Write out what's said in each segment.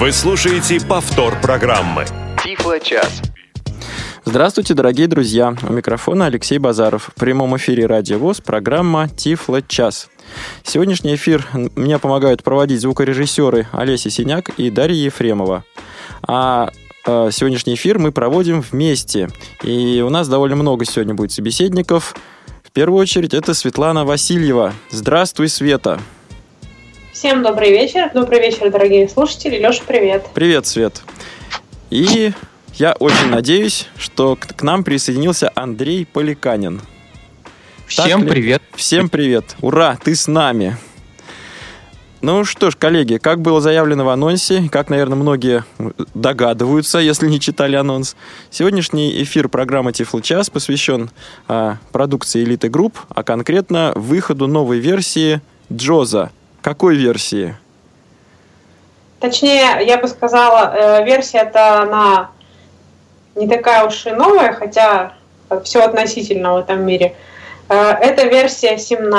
Вы слушаете повтор программы Тифло-час. Здравствуйте, дорогие друзья! У микрофона Алексей Базаров. В прямом эфире Радио ВОС программа Тифло-час. Сегодняшний эфир мне помогают проводить звукорежиссеры Олеся Синяк и Дарья Ефремова. А сегодняшний эфир мы проводим вместе. И у нас довольно много сегодня будет собеседников. В первую очередь это Светлана Васильева. Здравствуй, Света! Всем добрый вечер. Добрый вечер, дорогие слушатели. Леша, привет. Привет, Свет. И я очень надеюсь, что к нам присоединился Андрей Поликанин. Всем привет. Всем привет. Ура, ты с нами. Ну что ж, коллеги, как было заявлено в анонсе, как, наверное, многие догадываются, если не читали анонс, сегодняшний эфир программы «Тифло-час» посвящен продукции Elite Group, а конкретно выходу новой версии JOSa. Какой версии? Точнее, я бы сказала, версия-то она не такая уж и новая, хотя все относительно в этом мире. Это версия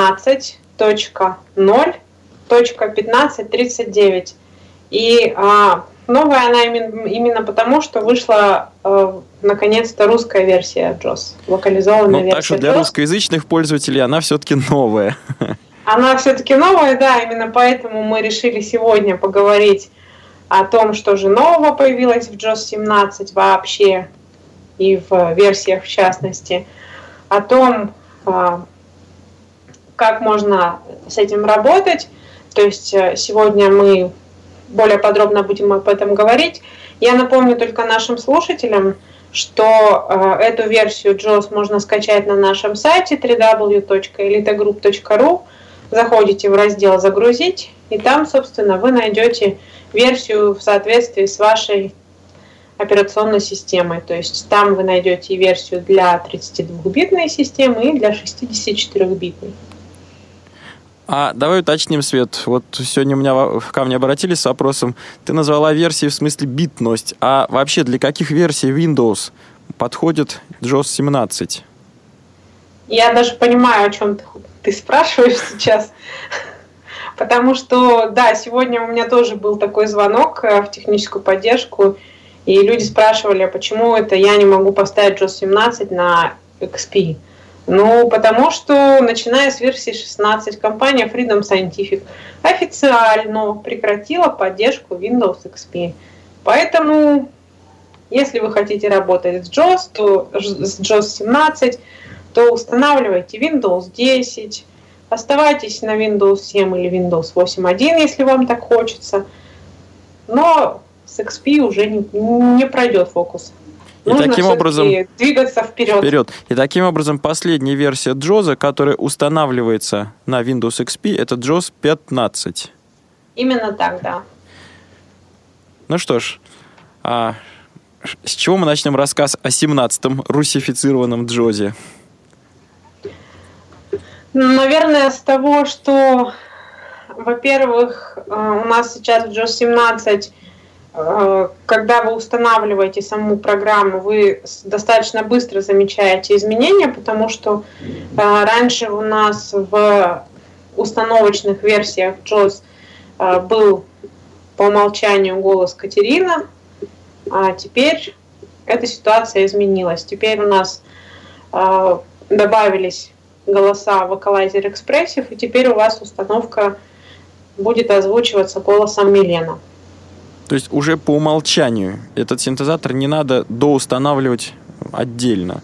17.0.1539. И новая она именно потому, что вышла наконец-то русская версия JOS, локализованная версия JOS. Так что для русскоязычных пользователей она все-таки новая. Она все-таки новая, да, именно поэтому мы решили сегодня поговорить о том, что же нового появилось в JOS 17 вообще и в версиях в частности, о том, как можно с этим работать. То есть сегодня мы более подробно будем об этом говорить. Я напомню только нашим слушателям, что эту версию JOS можно скачать на нашем сайте www.elitegroup.ru. Заходите в раздел «Загрузить», и там, собственно, вы найдете версию в соответствии с вашей операционной системой. То есть там вы найдете и версию для 32-битной системы, и для 64-битной. Давай уточним, Свет. Вот сегодня ко мне обратились с вопросом. Ты назвала версии в смысле битность. А вообще для каких версий Windows подходит JOS 17? Я даже понимаю, о чем ты спрашиваешь сейчас. Потому что, да, сегодня у меня тоже был такой звонок в техническую поддержку, и люди спрашивали, почему это я не могу поставить JOS 17 на XP. Ну, потому что, начиная с версии 16, компания Freedom Scientific официально прекратила поддержку Windows XP. Поэтому, если вы хотите работать с JOS, то с JOS 17, то устанавливайте Windows 10, оставайтесь на Windows 7 или Windows 8.1, если вам так хочется. Но с XP уже не пройдет фокус. Нужно таким образом двигаться вперед. И таким образом последняя версия JOS, которая устанавливается на Windows XP, это JOS 15. Именно так, да. Ну что ж, с чего мы начнем рассказ о 17-м русифицированном JOS? Наверное, с того, что, во-первых, у нас сейчас в JOS 17, когда вы устанавливаете саму программу, вы достаточно быстро замечаете изменения, потому что раньше у нас в установочных версиях JOS был по умолчанию голос Катерина, а теперь эта ситуация изменилась. Теперь у нас добавились голоса в Vocalizer Expressive, и теперь у вас установка будет озвучиваться голосом Милена. То есть уже по умолчанию этот синтезатор не надо доустанавливать отдельно?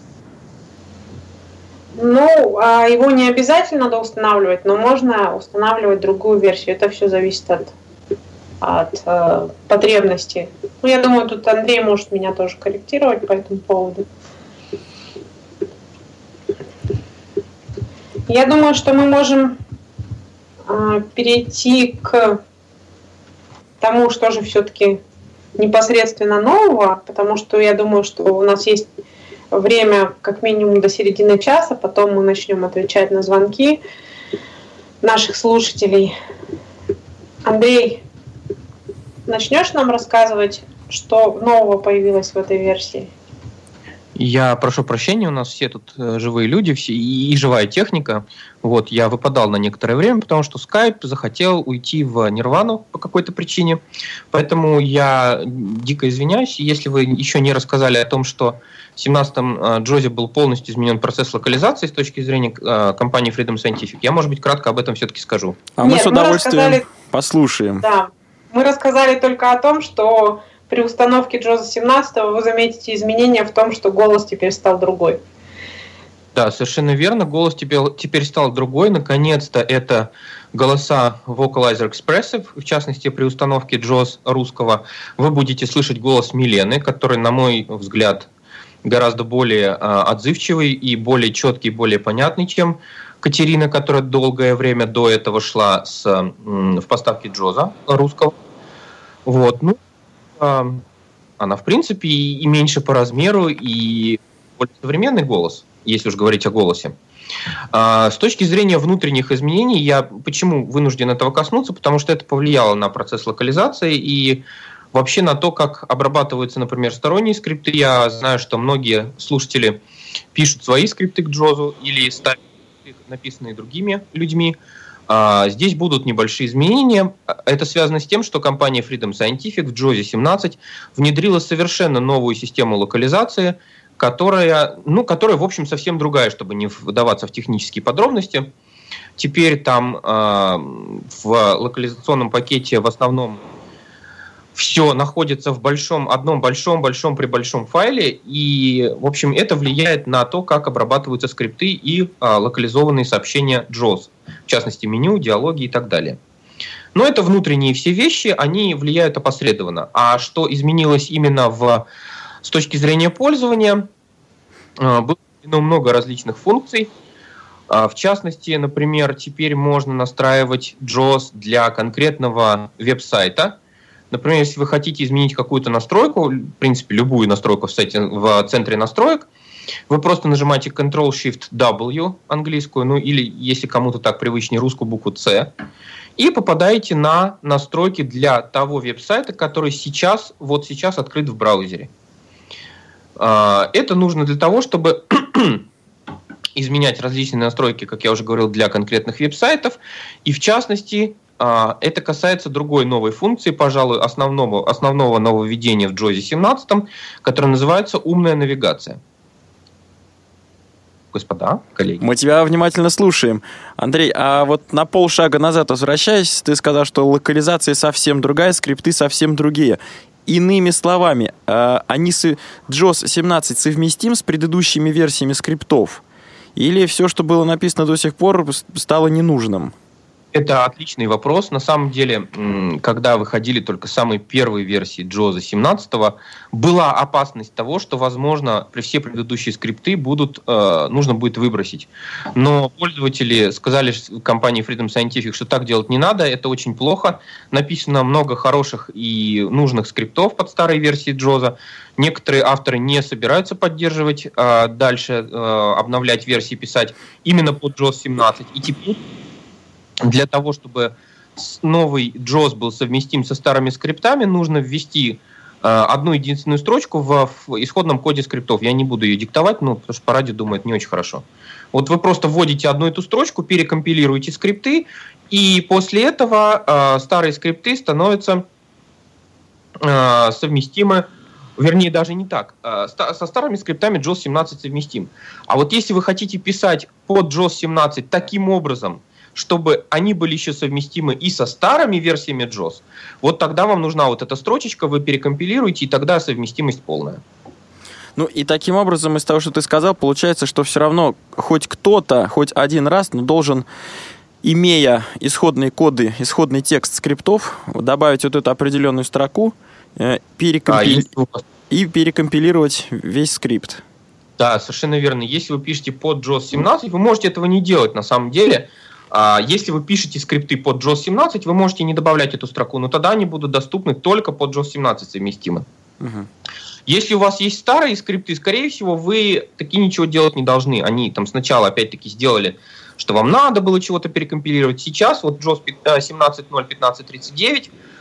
Ну, его не обязательно доустанавливать, но можно устанавливать другую версию. Это все зависит от потребностей. Ну, я думаю, тут Андрей может меня тоже корректировать по этому поводу. Я думаю, что мы можем перейти к тому, что же все-таки непосредственно нового, потому что я думаю, что у нас есть время как минимум до середины часа, потом мы начнем отвечать на звонки наших слушателей. Андрей, начнешь нам рассказывать, что нового появилось в этой версии? Я прошу прощения, у нас все тут живые люди, все, и живая техника. Вот, я выпадал на некоторое время, потому что Skype захотел уйти в нирвану по какой-то причине. Поэтому я дико извиняюсь. Если вы еще не рассказали о том, что в 17-м Джозе был полностью изменен процесс локализации с точки зрения компании Freedom Scientific, я, может быть, кратко об этом все-таки скажу. Мы с удовольствием послушаем. Да, мы рассказали только о том, что при установке Джоза 17 вы заметите изменения в том, что голос теперь стал другой. Да, совершенно верно. Голос теперь стал другой. Наконец-то это голоса Vocalizer Expressive. В частности, при установке Джоз русского вы будете слышать голос Милены, который, на мой взгляд, гораздо более отзывчивый и более четкий, более понятный, чем Катерина, которая долгое время до этого шла в поставке Джоза русского. Вот. Она, в принципе, и меньше по размеру, и более современный голос, если уж говорить о голосе. С точки зрения внутренних изменений, я почему вынужден этого коснуться? Потому что это повлияло на процесс локализации и вообще на то, как обрабатываются, например, сторонние скрипты. Я знаю, что многие слушатели пишут свои скрипты к Джозу или ставят их, написанные другими людьми. Здесь будут небольшие изменения. Это связано с тем, что компания Freedom Scientific в Джозе 17 внедрила совершенно новую систему локализации, которая, в общем, совсем другая, чтобы не вдаваться в технические подробности. Теперь там в локализационном пакете в основном все находится в одном большом файле, и, в общем, это влияет на то, как обрабатываются скрипты и локализованные сообщения JAWS, в частности, меню, диалоги и так далее. Но это внутренние все вещи, они влияют опосредованно. А что изменилось именно с точки зрения пользования, было много различных функций. В частности, например, теперь можно настраивать JAWS для конкретного веб-сайта. Например, если вы хотите изменить какую-то настройку, в принципе, любую настройку в центре настроек, вы просто нажимаете Ctrl-Shift-W английскую, или, если кому-то так привычнее, русскую букву C, и попадаете на настройки для того веб-сайта, который сейчас открыт в браузере. Это нужно для того, чтобы изменять различные настройки, как я уже говорил, для конкретных веб-сайтов, и, в частности, это касается другой новой функции, пожалуй, основного нововведения в Джозе 17, которое называется «Умная навигация». Господа, коллеги. Мы тебя внимательно слушаем. Андрей, а вот на полшага назад возвращаясь, ты сказал, что локализация совсем другая, скрипты совсем другие. Иными словами, JOS 17 совместим с предыдущими версиями скриптов? Или все, что было написано до сих пор, стало ненужным? Это отличный вопрос. На самом деле, когда выходили только самые первые версии Джоза 17, была опасность того, что, возможно, все предыдущие скрипты нужно будет выбросить. Но пользователи сказали компании Freedom Scientific, что так делать не надо, это очень плохо. Написано много хороших и нужных скриптов под старой версией Джоза. Некоторые авторы не собираются поддерживать дальше, обновлять версии, писать именно под JOS 17. И теперь для того, чтобы новый JOS был совместим со старыми скриптами, нужно ввести одну единственную строчку в исходном коде скриптов. Я не буду ее диктовать, потому что по радио, думаю, это не очень хорошо. Вот вы просто вводите одну эту строчку, перекомпилируете скрипты, и после этого старые скрипты становятся совместимы. Вернее, даже не так. Со старыми скриптами JOS 17 совместим. А вот если вы хотите писать под JOS 17 таким образом, чтобы они были еще совместимы и со старыми версиями JOS, вот тогда вам нужна вот эта строчечка, вы перекомпилируете, и тогда совместимость полная. Ну и таким образом, из того, что ты сказал, получается, что все равно хоть кто-то, хоть один раз, но должен, имея исходные коды, исходный текст скриптов, добавить вот эту определенную строку и перекомпилировать весь скрипт. Да, совершенно верно. Если вы пишете под JOS 17, вы можете этого не делать на самом деле. Если вы пишете скрипты под JOS 17, вы можете не добавлять эту строку, но тогда они будут доступны только под JOS 17 совместимы. Угу. Если у вас есть старые скрипты, скорее всего, вы таки ничего делать не должны. Они там сначала опять-таки сделали, что вам надо было чего-то перекомпилировать. Сейчас вот JOS 17.0, 15.39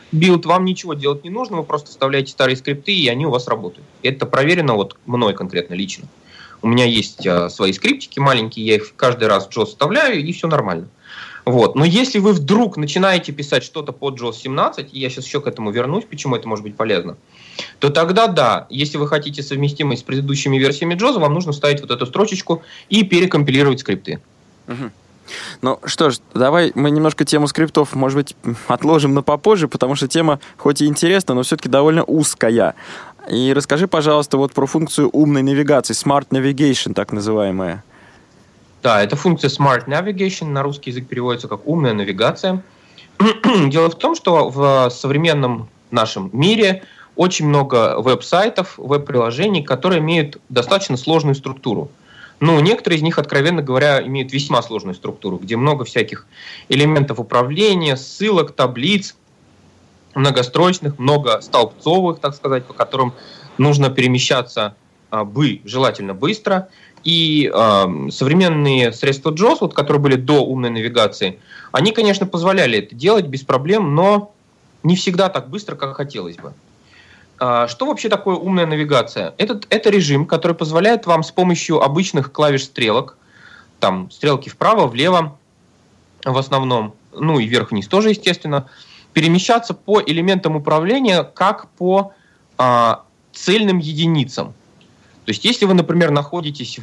билд, вам ничего делать не нужно, вы просто вставляете старые скрипты, и они у вас работают. Это проверено вот мной конкретно лично. У меня есть свои скриптики маленькие, я их каждый раз в JAWS вставляю, и все нормально. Вот. Но если вы вдруг начинаете писать что-то под JAWS 17, и я сейчас еще к этому вернусь, почему это может быть полезно, то тогда да, если вы хотите совместимость с предыдущими версиями JAWS, вам нужно ставить вот эту строчечку и перекомпилировать скрипты. Угу. Ну что ж, давай мы немножко тему скриптов, может быть, отложим на попозже, потому что тема хоть и интересна, но все-таки довольно узкая. И расскажи, пожалуйста, вот про функцию умной навигации, Smart Navigation, так называемая. Да, это функция Smart Navigation, на русский язык переводится как умная навигация. Дело в том, что в современном нашем мире очень много веб-сайтов, веб-приложений, которые имеют достаточно сложную структуру. Ну, некоторые из них, откровенно говоря, имеют весьма сложную структуру, где много всяких элементов управления, ссылок, таблиц, многострочных, многостолбцовых, так сказать, по которым нужно перемещаться желательно быстро. И современные средства JAWS, вот, которые были до умной навигации, они, конечно, позволяли это делать без проблем, но не всегда так быстро, как хотелось бы. Что вообще такое умная навигация? Это режим, который позволяет вам с помощью обычных клавиш стрелок, там стрелки вправо, влево в основном, ну и вверх-вниз тоже, естественно, перемещаться по элементам управления как по цельным единицам. То есть если вы, например, находитесь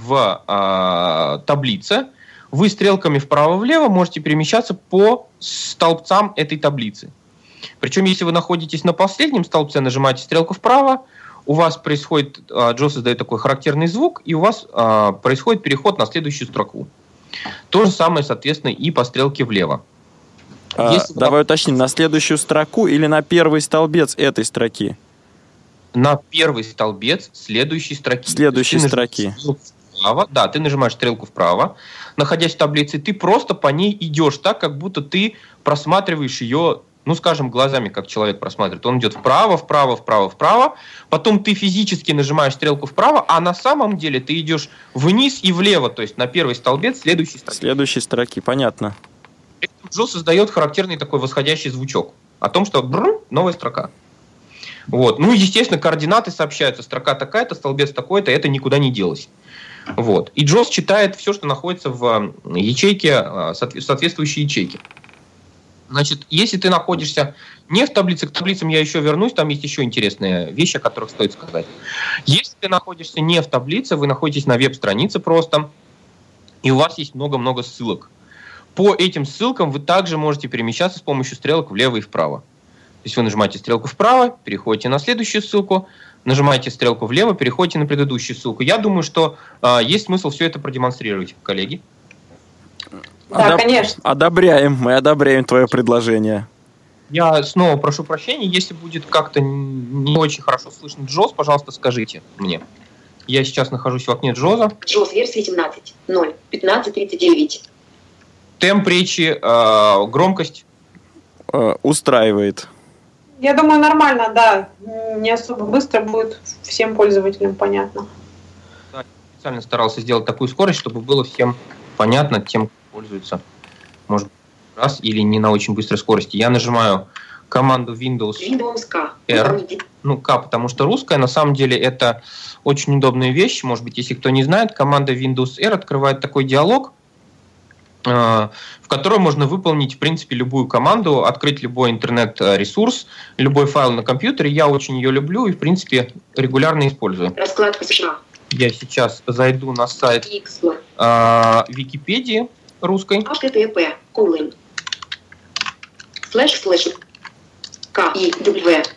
в таблице, вы стрелками вправо-влево можете перемещаться по столбцам этой таблицы. Причем, если вы находитесь на последнем столбце, нажимаете стрелку вправо, у вас происходит, JAWS издает такой характерный звук, и у вас происходит переход на следующую строку. То же самое, соответственно, и по стрелке влево. Давай уточним, на следующую строку или на первый столбец этой строки? На первый столбец следующей строки. Следующей строки. Вправо, да, ты нажимаешь стрелку вправо, находясь в таблице, ты просто по ней идешь так, как будто ты просматриваешь ее, ну, скажем, глазами, как человек просматривает. Он идет вправо, вправо, вправо, вправо, потом ты физически нажимаешь стрелку вправо, а на самом деле ты идешь вниз и влево, то есть на первый столбец следующей строки. Следующей строки, понятно. JAWS создает характерный такой восходящий звучок о том, что новая строка. Вот. Ну, естественно, координаты сообщаются. Строка такая-то, столбец такой-то, это никуда не делось. Вот. И JAWS читает все, что находится в ячейке, соответствующей ячейке. Значит, если ты находишься не в таблице, к таблицам я еще вернусь, там есть еще интересные вещи, о которых стоит сказать. Если ты находишься не в таблице, вы находитесь на веб-странице просто, и у вас есть много-много ссылок. По этим ссылкам вы также можете перемещаться с помощью стрелок влево и вправо. То есть вы нажимаете стрелку вправо, переходите на следующую ссылку, нажимаете стрелку влево, переходите на предыдущую ссылку. Я думаю, что есть смысл все это продемонстрировать, коллеги. Да, конечно. Мы одобряем твое предложение. Я снова прошу прощения, если будет как-то не очень хорошо слышно JAWS, пожалуйста, скажите мне. Я сейчас нахожусь в окне JAWS. JAWS версия 17.0.15.39. Темп речи, громкость. Устраивает. Я думаю, нормально, да. Не особо быстро будет, всем пользователям понятно. Да, я специально старался сделать такую скорость, чтобы было всем понятно, тем, кто пользуется, может быть, раз или не на очень быстрой скорости. Я нажимаю команду Windows R. Ну, К, потому что русская. На самом деле это очень удобная вещь. Может быть, если кто не знает, команда Windows R открывает такой диалог, в котором можно выполнить, в принципе, любую команду, открыть любой интернет-ресурс, любой файл на компьютере. Я очень ее люблю и, в принципе, регулярно использую. Раскладка США. Я сейчас зайду на сайт Википедии русской. http //k/w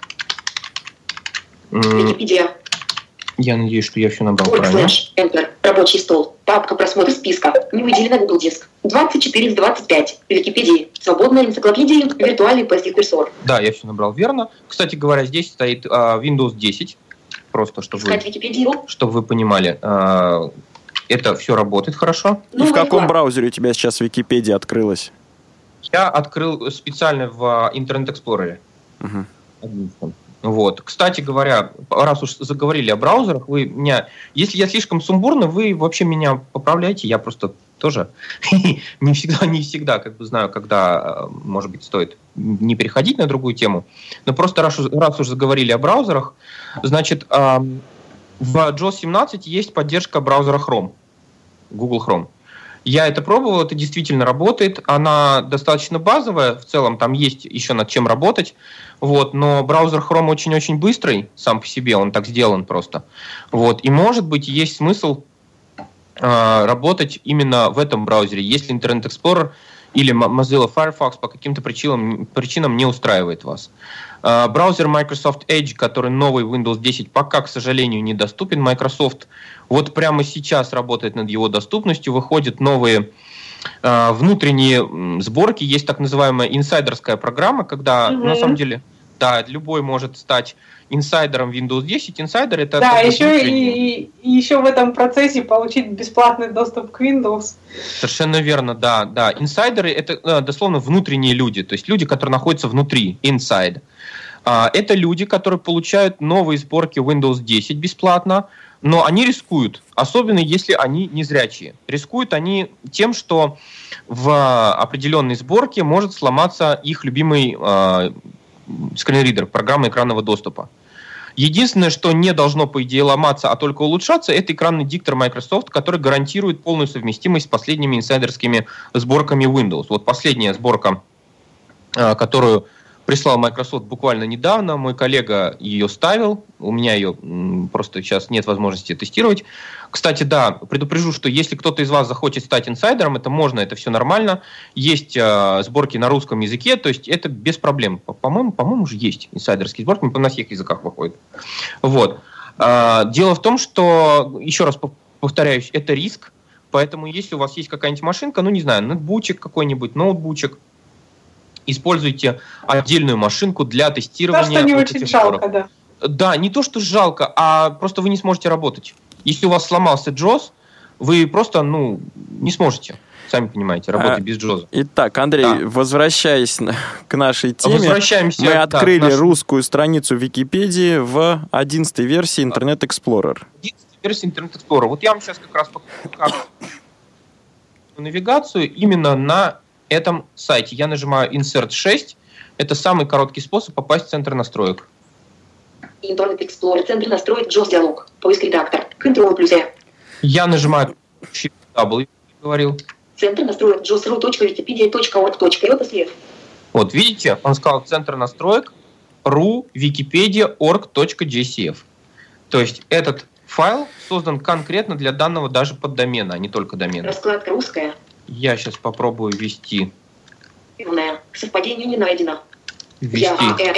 Википедия. Я надеюсь, что я все набрал правильно. Enter. Рабочий стол. Папка просмотр списка. Не выделена Google Диск. 24 из 25. Википедии. Свободная энциклопедия. Виртуальный PST-курсор. Да, я все набрал верно. Кстати говоря, здесь стоит Windows 10. Просто, чтобы вы понимали. Это все работает хорошо. И в каком браузере у тебя сейчас Википедия открылась? Я открыл специально в Internet Explorer. Угу. Вот. Кстати говоря, раз уж заговорили о браузерах, вы меня, если я слишком сумбурно, вы вообще меня поправляйте, я просто тоже не всегда знаю, когда, может быть, стоит не переходить на другую тему. Но просто раз уж заговорили о браузерах, значит, в JAWS 17 есть поддержка браузера Chrome, Google Chrome. Я это пробовал, это действительно работает. Она достаточно базовая, в целом там есть еще над чем работать. Вот, но браузер Chrome очень-очень быстрый сам по себе, он так сделан просто. Вот, и может быть есть смысл работать именно в этом браузере, если Internet Explorer или Mozilla Firefox по каким-то причинам не устраивает вас. Браузер Microsoft Edge, который новый Windows 10, пока, к сожалению, недоступен. Microsoft вот прямо сейчас работает над его доступностью, выходят новые внутренние сборки, есть так называемая инсайдерская программа, когда на самом деле любой может стать инсайдером Windows 10. Инсайдер — это... Да, еще в этом процессе получить бесплатный доступ к Windows. Совершенно верно, да. Инсайдеры — это дословно внутренние люди, то есть люди, которые находятся внутри, inside. Это люди, которые получают новые сборки Windows 10 бесплатно, но они рискуют, особенно если они незрячие. Рискуют они тем, что в определенной сборке может сломаться их любимый скринридер, программа экранного доступа. Единственное, что не должно, по идее, ломаться, а только улучшаться, это экранный диктор Microsoft, который гарантирует полную совместимость с последними инсайдерскими сборками Windows. Вот последняя сборка, которую прислал Microsoft буквально недавно, мой коллега ее ставил, у меня ее просто сейчас нет возможности тестировать. Кстати, да, предупрежу, что если кто-то из вас захочет стать инсайдером, это можно, это все нормально. Есть сборки на русском языке, то есть это без проблем. По-моему, уже есть инсайдерские сборки, на всех языках выходят. Вот. Дело в том, что, еще раз повторяюсь, это риск, поэтому если у вас есть какая-нибудь машинка, не знаю, нетбучик какой-нибудь, ноутбучик, используйте отдельную машинку для тестирования. То, что не очень жалко, да. Да, не то, что жалко, а просто вы не сможете работать. Если у вас сломался JAWS, вы просто, не сможете, сами понимаете, работать без JAWS. Итак, Андрей, возвращаясь к нашей теме, мы открыли русскую страницу Википедии в 11-й версии Internet Explorer. 11-й версии Internet Explorer. Вот я вам сейчас как раз покажу навигацию именно на этом сайте. Я нажимаю Insert 6. Это самый короткий способ попасть в центр настроек. Internet Explorer, центр настроек, JAWS диалог, поиск редактор, Ctrl+E. Я нажимаю Shift W, говорил. Центр настроек, JAWS.ru.wikipedia.org.io след. Вот, видите, он сказал центр настроек ru wikipedia.org.jcf. То есть этот файл создан конкретно для данного даже поддомена, а не только домена. Раскладка русская. Я сейчас попробую ввести. Совпадение не найдено. Ввести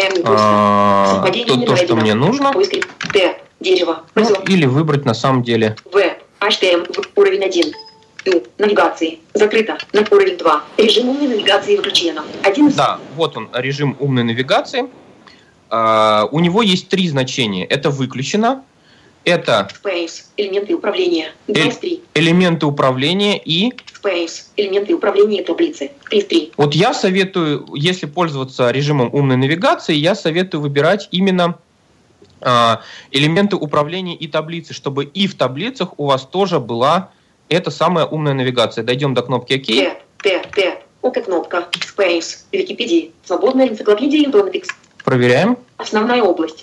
то, что мне нужно. Дерево. Или выбрать на самом деле. HTML, уровень 1. Навигации. Закрыто. На уровень 2. Режим умной навигации выключено. Да, вот он, режим умной навигации. У него есть 3 значения. Это выключено. Это Space, элементы управления. 23. Элементы управления и Space, элементы управления таблицы. 33. Вот я советую, если пользоваться режимом умной навигации, я советую выбирать именно элементы управления и таблицы, чтобы и в таблицах у вас тоже была эта самая умная навигация. Дойдем до кнопки ОК. ОК кнопка. Space, Википедия, свободная энциклопедия Internet. Проверяем. Основная область.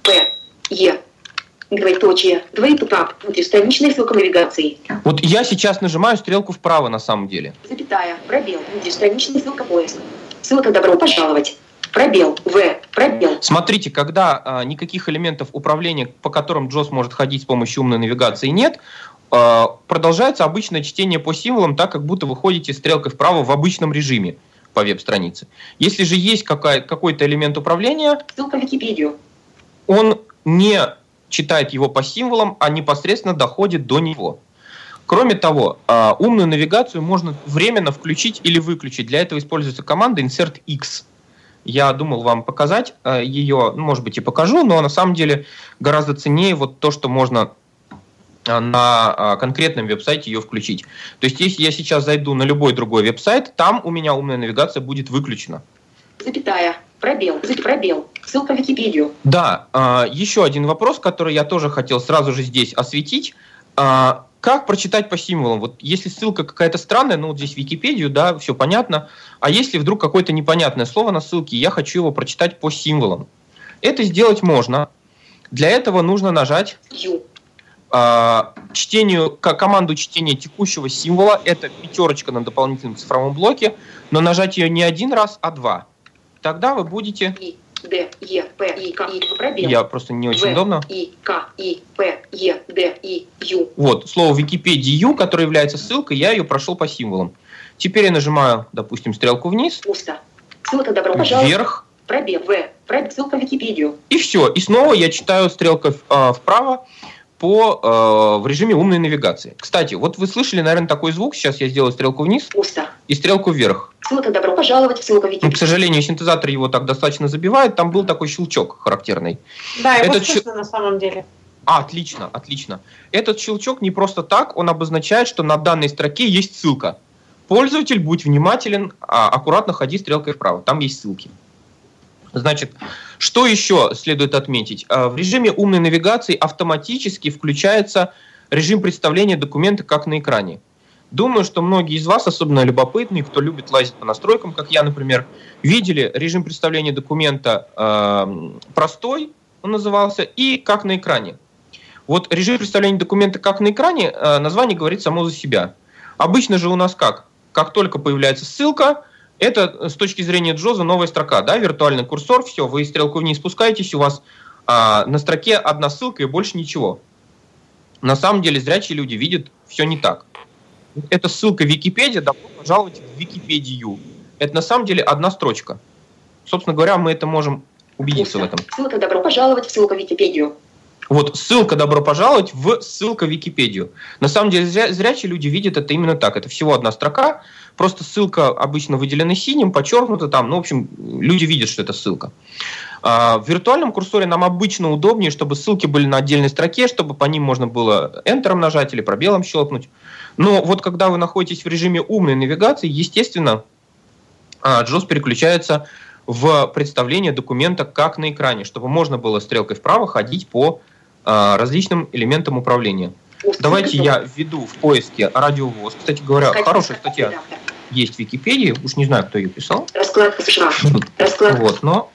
Двоеточие, внутрistраничная ссылка навигации. Вот я сейчас нажимаю стрелку вправо на самом деле. Запятая, пробел, внутрistраничная ссылка поиск. Ссылка «Добро пожаловать». Пробел, пробел. Смотрите, когда никаких элементов управления, по которым JAWS может ходить с помощью умной навигации, нет, продолжается обычное чтение по символам, так как будто вы ходите стрелкой вправо в обычном режиме по веб-странице. Если же есть какой-то элемент управления, ссылка в Википедию, он не читает его по символам, а непосредственно доходит до него. Кроме того, умную навигацию можно временно включить или выключить. Для этого используется команда Insert X. Я думал вам показать ее, может быть и покажу, но на самом деле гораздо ценнее вот то, что можно на конкретном веб-сайте ее включить. То есть если я сейчас зайду на любой другой веб-сайт, там у меня умная навигация будет выключена. Запятая, пробел, ссылка в Википедию. Да, еще один вопрос, который я тоже хотел сразу же здесь осветить. как прочитать по символам? Вот если ссылка какая-то странная, ну вот здесь в Википедию, да, все понятно. А если вдруг какое-то непонятное слово на ссылке, я хочу его прочитать по символам. Это сделать можно. Для этого нужно нажать команду чтения текущего символа. Это пятерочка на дополнительном цифровом блоке, но нажать ее не один раз, а два. Тогда вы будете... Д, Е, П, И, К, И, пробел. Я просто не очень удобно. И, К, И, П, Е, Д, И, Ю. Вот, слово Википедию, которое является ссылкой, я ее прошел по символам. Теперь я нажимаю, допустим, стрелку вниз. Пусто. Ссылка «Добро пожаловать». Вверх. Пробел, В, пробел, ссылка в Википедию. И все. И снова я читаю стрелкой вправо в режиме умной навигации. Кстати, вот вы слышали, наверное, такой звук. Сейчас я сделаю стрелку вниз. Пусто. И стрелку вверх. Ссылка «Добро пожаловать», ссылка в Википедию. К сожалению, синтезатор его так достаточно забивает. Там был такой щелчок характерный. Да, его слышно на самом деле. Отлично, отлично. Этот щелчок не просто так, он обозначает, что на данной строке есть ссылка. Пользователь, будь внимателен, аккуратно ходи стрелкой вправо. Там есть ссылки. Значит, что еще следует отметить? В режиме умной навигации автоматически включается режим представления документа как на экране. Думаю, что многие из вас, особенно любопытные, кто любит лазить по настройкам, как я, например, видели режим представления документа простой, он назывался, и как на экране. Вот режим представления документа как на экране, название говорит само за себя. Обычно же у нас как? Как только появляется ссылка, это с точки зрения Джоза новая строка, да, виртуальный курсор, все, вы стрелку вниз спускаетесь, у вас на строке одна ссылка и больше ничего. На самом деле зрячие люди видят все не так. Это ссылка Википедия, добро пожаловать в Википедию. Это на самом деле одна строчка. Собственно говоря, мы это можем убедиться в этом. Ссылка «Добро пожаловать» в ссылку в Википедию. Вот ссылка «Добро пожаловать» в ссылка в Википедию. На самом деле зрячие люди видят это именно так. Это всего одна строка, просто ссылка обычно выделена синим, подчеркнута там. Ну, в общем, люди видят, что это ссылка. В виртуальном курсоре нам обычно удобнее, чтобы ссылки были на отдельной строке, чтобы по ним можно было Enter нажать или пробелом щелкнуть. Но вот когда вы находитесь в режиме умной навигации, естественно, JAWS переключается в представление документа как на экране, чтобы можно было стрелкой вправо ходить по различным элементам управления. Давайте я введу в поиске радиовоз. Кстати говоря, хорошая статья есть в Википедии. Уж не знаю, кто ее писал. Раскладка США. Раскладка. Вот, но...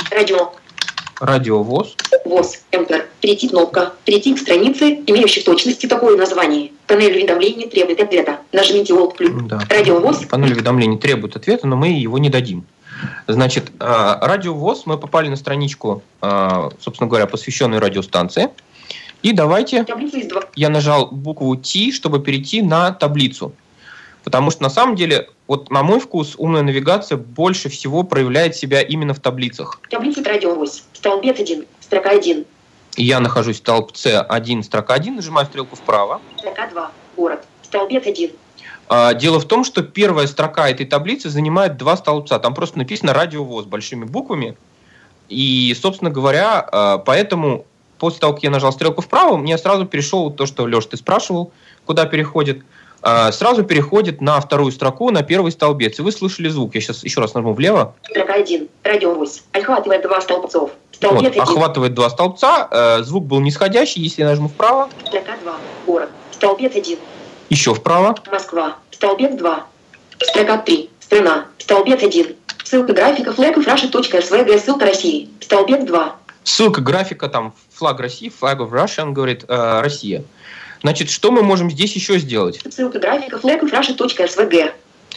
Радиовоз. ВОЗ. Enter. Перейти кнопка. Перейти к странице, имеющей в точности такое название. Панель уведомлений требует ответа. Нажмите Alt+. Да. Радиовоз. Панель уведомлений требует ответа, но мы его не дадим. Значит, радиовоз, мы попали на страничку, собственно говоря, посвященную радиостанции. И давайте, я нажал букву T, чтобы перейти на таблицу. Потому что на самом деле, вот на мой вкус, умная навигация больше всего проявляет себя именно в таблицах. Таблица радиовоз. Столбец 1, строка 1. Я нахожусь в столбце 1, строка 1, нажимаю стрелку вправо. Строка 2, город. Столбец 1. Дело в том, что первая строка этой таблицы занимает два столбца. Там просто написано «Радиовоз» большими буквами. И, собственно говоря, поэтому после того, как я нажал стрелку вправо, мне сразу перешел то, что, Леш, ты спрашивал, куда переходит. Сразу переходит на вторую строку, на первый столбец. И вы слышали звук. Я сейчас еще раз нажму влево. Строка 1. Радиовоз. Охватывает два столбцов. Столбец вот, 1. Охватывает два столбца. Звук был нисходящий. Если я нажму вправо. Строка 2. Город. Столбец 1. Еще вправо. Москва. Столбец 2. Строка 3. Страна. Столбец 1. Ссылка графика flag of Russia.svg. Ссылка России. Столбец 2. Ссылка графика, там, флаг России, flag of Russia, он говорит, Россия. Значит, что мы можем здесь еще сделать? Ссылка графика flag of Russia.svg.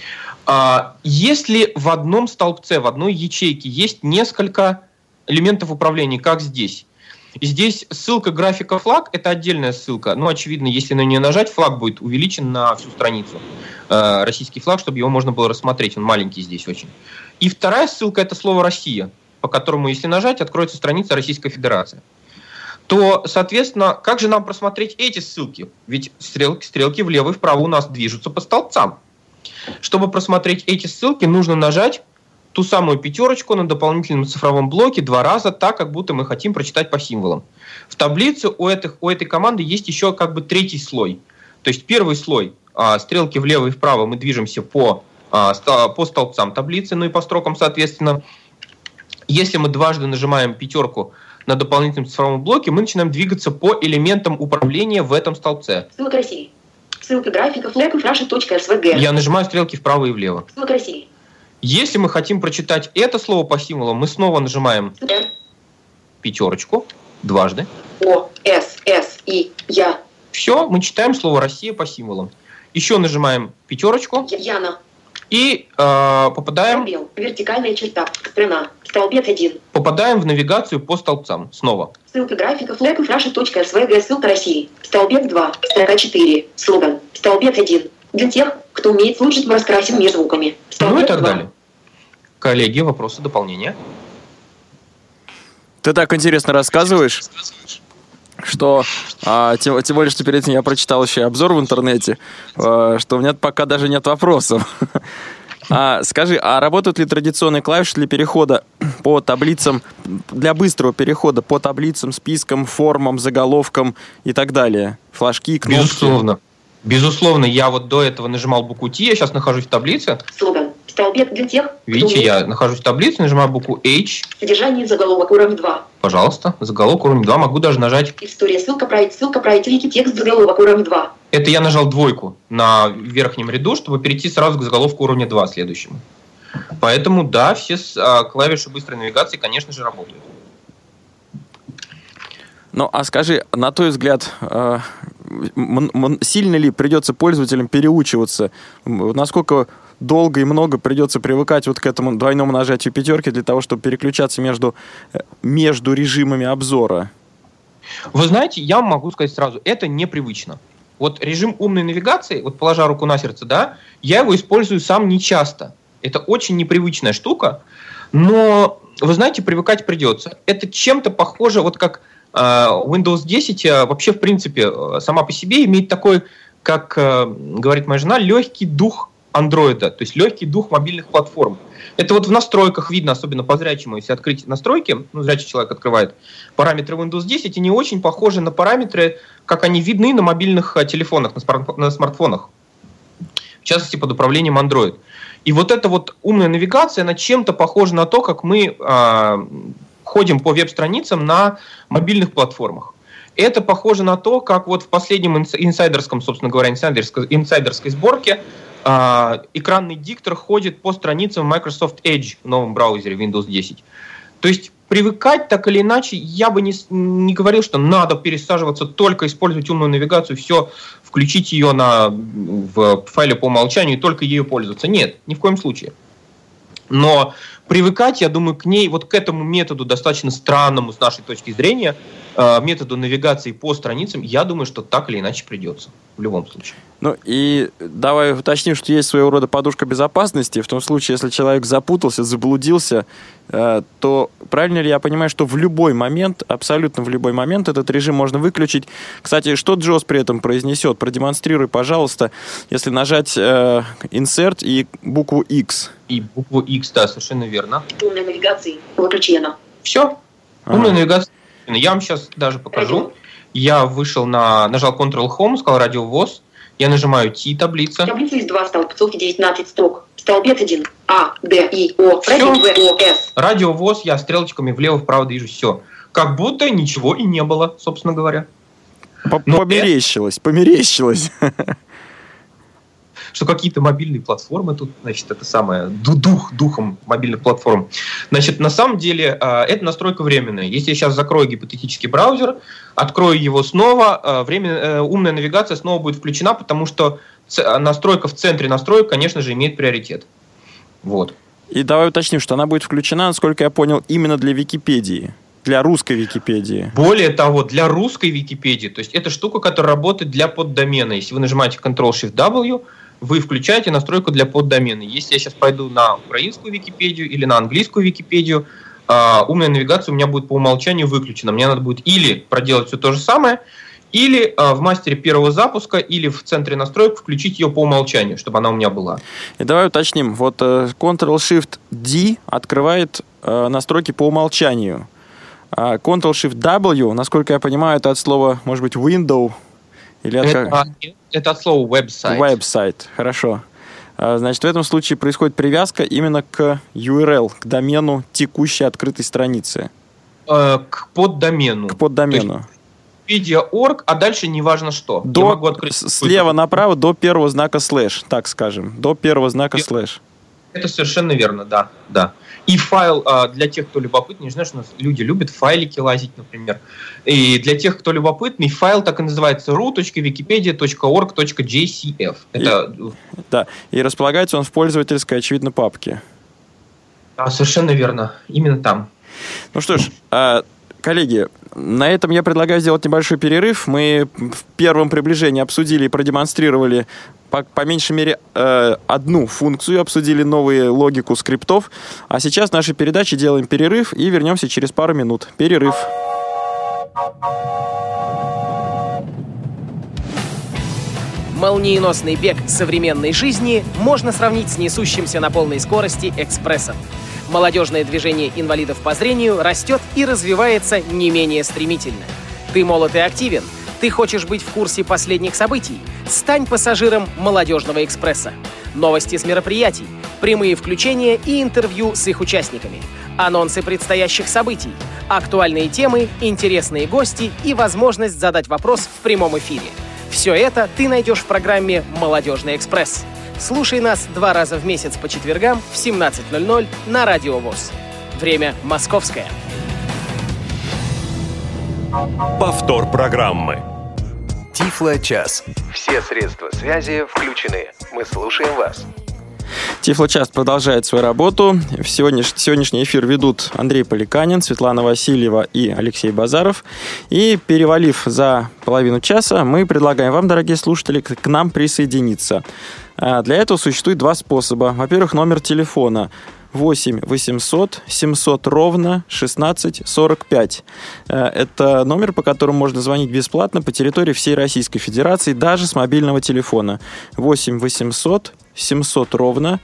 Если в одном столбце, в одной ячейке есть несколько элементов управления, как здесь, здесь ссылка графика флаг, это отдельная ссылка. Ну, очевидно, если на нее нажать, флаг будет увеличен на всю страницу. Российский флаг, чтобы его можно было рассмотреть. Он маленький здесь очень. И вторая ссылка – это слово «Россия», по которому, если нажать, откроется страница Российской Федерации. То, соответственно, как же нам просмотреть эти ссылки? Ведь стрелки влево и вправо у нас движутся по столбцам. Чтобы просмотреть эти ссылки, нужно нажать ту самую пятерочку на дополнительном цифровом блоке 2 раза, так, как будто мы хотим прочитать по символам. В таблице у этой команды есть еще как бы третий слой. То есть первый слой, стрелки влево и вправо, мы движемся по столбцам таблицы, ну и по строкам, соответственно. Если мы дважды нажимаем пятерку на дополнительном цифровом блоке, мы начинаем двигаться по элементам управления в этом столбце. Ссылка России. Ссылка графика flag russia.svg. Я нажимаю стрелки вправо и влево. Ссылка России. Если мы хотим прочитать это слово по символам, мы снова нажимаем пятерочку дважды. О, С, И, Я. Все, мы читаем слово «Россия» по символам. Еще нажимаем пятерочку Яна. и попадаем... Пробел. Вертикальная черта. Страна. Столбец 1. Попадаем в навигацию по столбцам. Снова. Ссылка графика flag russia.svg. Ссылка России. Столбец 2. Строка 4. Слоган. Столбец 1. Для тех, кто умеет слушать в раскрасе между звуками. Столбец Ну и так 2. далее. Коллеги, вопросы, дополнения? Ты так интересно рассказываешь, что тем более, что перед этим я прочитал еще и обзор в интернете, что у меня пока даже нет вопросов. Скажи, а работают ли традиционные клавиши для перехода по таблицам, для быстрого перехода по таблицам, спискам, формам, заголовкам и так далее? Флажки, кнопки? Безусловно. Безусловно, я вот до этого нажимал букву T, я сейчас нахожусь в таблице. Слоган. Столбец для тех, кто Видите, умеет... я нахожусь в таблице, нажимаю букву H. Содержание заголовок уровень 2. Пожалуйста, заголовок уровень 2, могу даже нажать. История, ссылка пройти, текст, заголовок уровень 2. Это я нажал двойку на верхнем ряду, чтобы перейти сразу к заголовку уровня 2 следующему. Поэтому, да, все клавиши быстрой навигации, конечно же, работают. Ну, а скажи, на твой взгляд, сильно ли придется пользователям переучиваться? Насколько долго и много придется привыкать вот к этому двойному нажатию пятерки для того, чтобы переключаться между режимами обзора? Вы знаете, я могу сказать сразу, это непривычно. Вот режим умной навигации, вот положа руку на сердце, да, я его использую сам нечасто. Это очень непривычная штука, но, вы знаете, привыкать придется. Это чем-то похоже, вот как Windows 10 вообще, в принципе, сама по себе имеет такой, как говорит моя жена, легкий дух андроида, то есть легкий дух мобильных платформ. Это вот в настройках видно, особенно по зрячему, если открыть настройки, зрячий человек открывает параметры Windows 10, они очень похожи на параметры, как они видны на мобильных телефонах, на смартфонах, в частности, под управлением Android. И вот эта вот умная навигация, она чем-то похожа на то, как мы ходим по веб-страницам на мобильных платформах. Это похоже на то, как вот в последнем инсайдерской сборке экранный диктор ходит по страницам Microsoft Edge в новом браузере Windows 10. То есть привыкать так или иначе, я бы не говорил, что надо пересаживаться, только использовать умную навигацию, все, включить ее в файле по умолчанию и только ею пользоваться. Нет, ни в коем случае. Но привыкать, я думаю, к ней, вот к этому методу, достаточно странному с нашей точки зрения, методу навигации по страницам, я думаю, что так или иначе придется. В любом случае. Ну и давай уточним, что есть своего рода подушка безопасности. В том случае, если человек запутался, заблудился, то правильно ли я понимаю, что в любой момент, абсолютно в любой момент этот режим можно выключить? Кстати, что JAWS при этом произнесет? Продемонстрируй, пожалуйста, если нажать Insert и букву X. И букву X, да, совершенно верно. Умная навигация выключена. Все. Умная навигация. Я вам сейчас даже покажу. Радио. Я вышел нажал Ctrl-Home, сказал радио ВОЗ. Я нажимаю T таблица. Таблица из 2 столбцов и 19 строк. Столбец 1. А, Д, И, О. Радио В, О, С. Радио ВОЗ, я стрелочками влево-вправо движу. Все. Как будто ничего и не было, собственно говоря. Померещилось. Что какие-то мобильные платформы тут, значит, это самое, духом мобильных платформ. Значит, на самом деле, это настройка временная. Если я сейчас закрою гипотетический браузер, открою его снова, умная навигация снова будет включена, потому что настройка в центре настроек, конечно же, имеет приоритет. Вот. И давай уточним, что она будет включена, насколько я понял, именно для Википедии. Для русской Википедии. Более того, для русской Википедии, то есть это штука, которая работает для поддомена. Если вы нажимаете Ctrl-Shift-W, вы включаете настройку для поддомена. Если я сейчас пойду на украинскую Википедию или на английскую Википедию, умная навигация у меня будет по умолчанию выключена. Мне надо будет или проделать все то же самое, или в мастере первого запуска, или в центре настроек включить ее по умолчанию, чтобы она у меня была. И давай уточним. Вот Ctrl-Shift-D открывает настройки по умолчанию. А Ctrl-Shift-W, насколько я понимаю, это от слова, может быть, window, или это от слова website. Website, хорошо. Значит, в этом случае происходит привязка именно к URL, к домену текущей открытой страницы. К поддомену. К поддомену. Wikipedia.org, а дальше неважно что. Я могу открыть слева направо до первого знака слэш, так скажем. До первого знака слэш. Это совершенно верно, да. И файл, для тех, кто любопытный, знаешь, у нас люди любят файлики лазить, например. И для тех, кто любопытный, файл так и называется ru.wikipedia.org.jcf. Да, и располагается он в пользовательской, очевидно, папке. Да, совершенно верно. Именно там. Ну что ж, коллеги, на этом я предлагаю сделать небольшой перерыв. Мы в первом приближении обсудили и продемонстрировали по меньшей мере одну функцию, обсудили новую логику скриптов. А сейчас в нашей передаче делаем перерыв и вернемся через пару минут. Перерыв. Молниеносный бег современной жизни можно сравнить с несущимся на полной скорости экспрессом. Молодежное движение инвалидов по зрению растет и развивается не менее стремительно. Ты молод и активен? Ты хочешь быть в курсе последних событий? Стань пассажиром «Молодежного экспресса». Новости с мероприятий, прямые включения и интервью с их участниками, анонсы предстоящих событий, актуальные темы, интересные гости и возможность задать вопрос в прямом эфире. Все это ты найдешь в программе «Молодежный экспресс». Слушай нас 2 раза в месяц по четвергам в 17:00 на Радио ВОС. Время московское. Повтор программы. Тифло-час. Все средства связи включены. Мы слушаем вас. Тифло-час продолжает свою работу. Сегодняшний эфир ведут Андрей Поликанин, Светлана Васильева и Алексей Базаров. И, перевалив за половину часа, мы предлагаем вам, дорогие слушатели, к нам присоединиться. Для этого существует 2 способа. Во-первых, номер телефона 8 800 700 ровно 1645. Это номер, по которому можно звонить бесплатно по территории всей Российской Федерации, даже с мобильного телефона. 8 800 700 ровно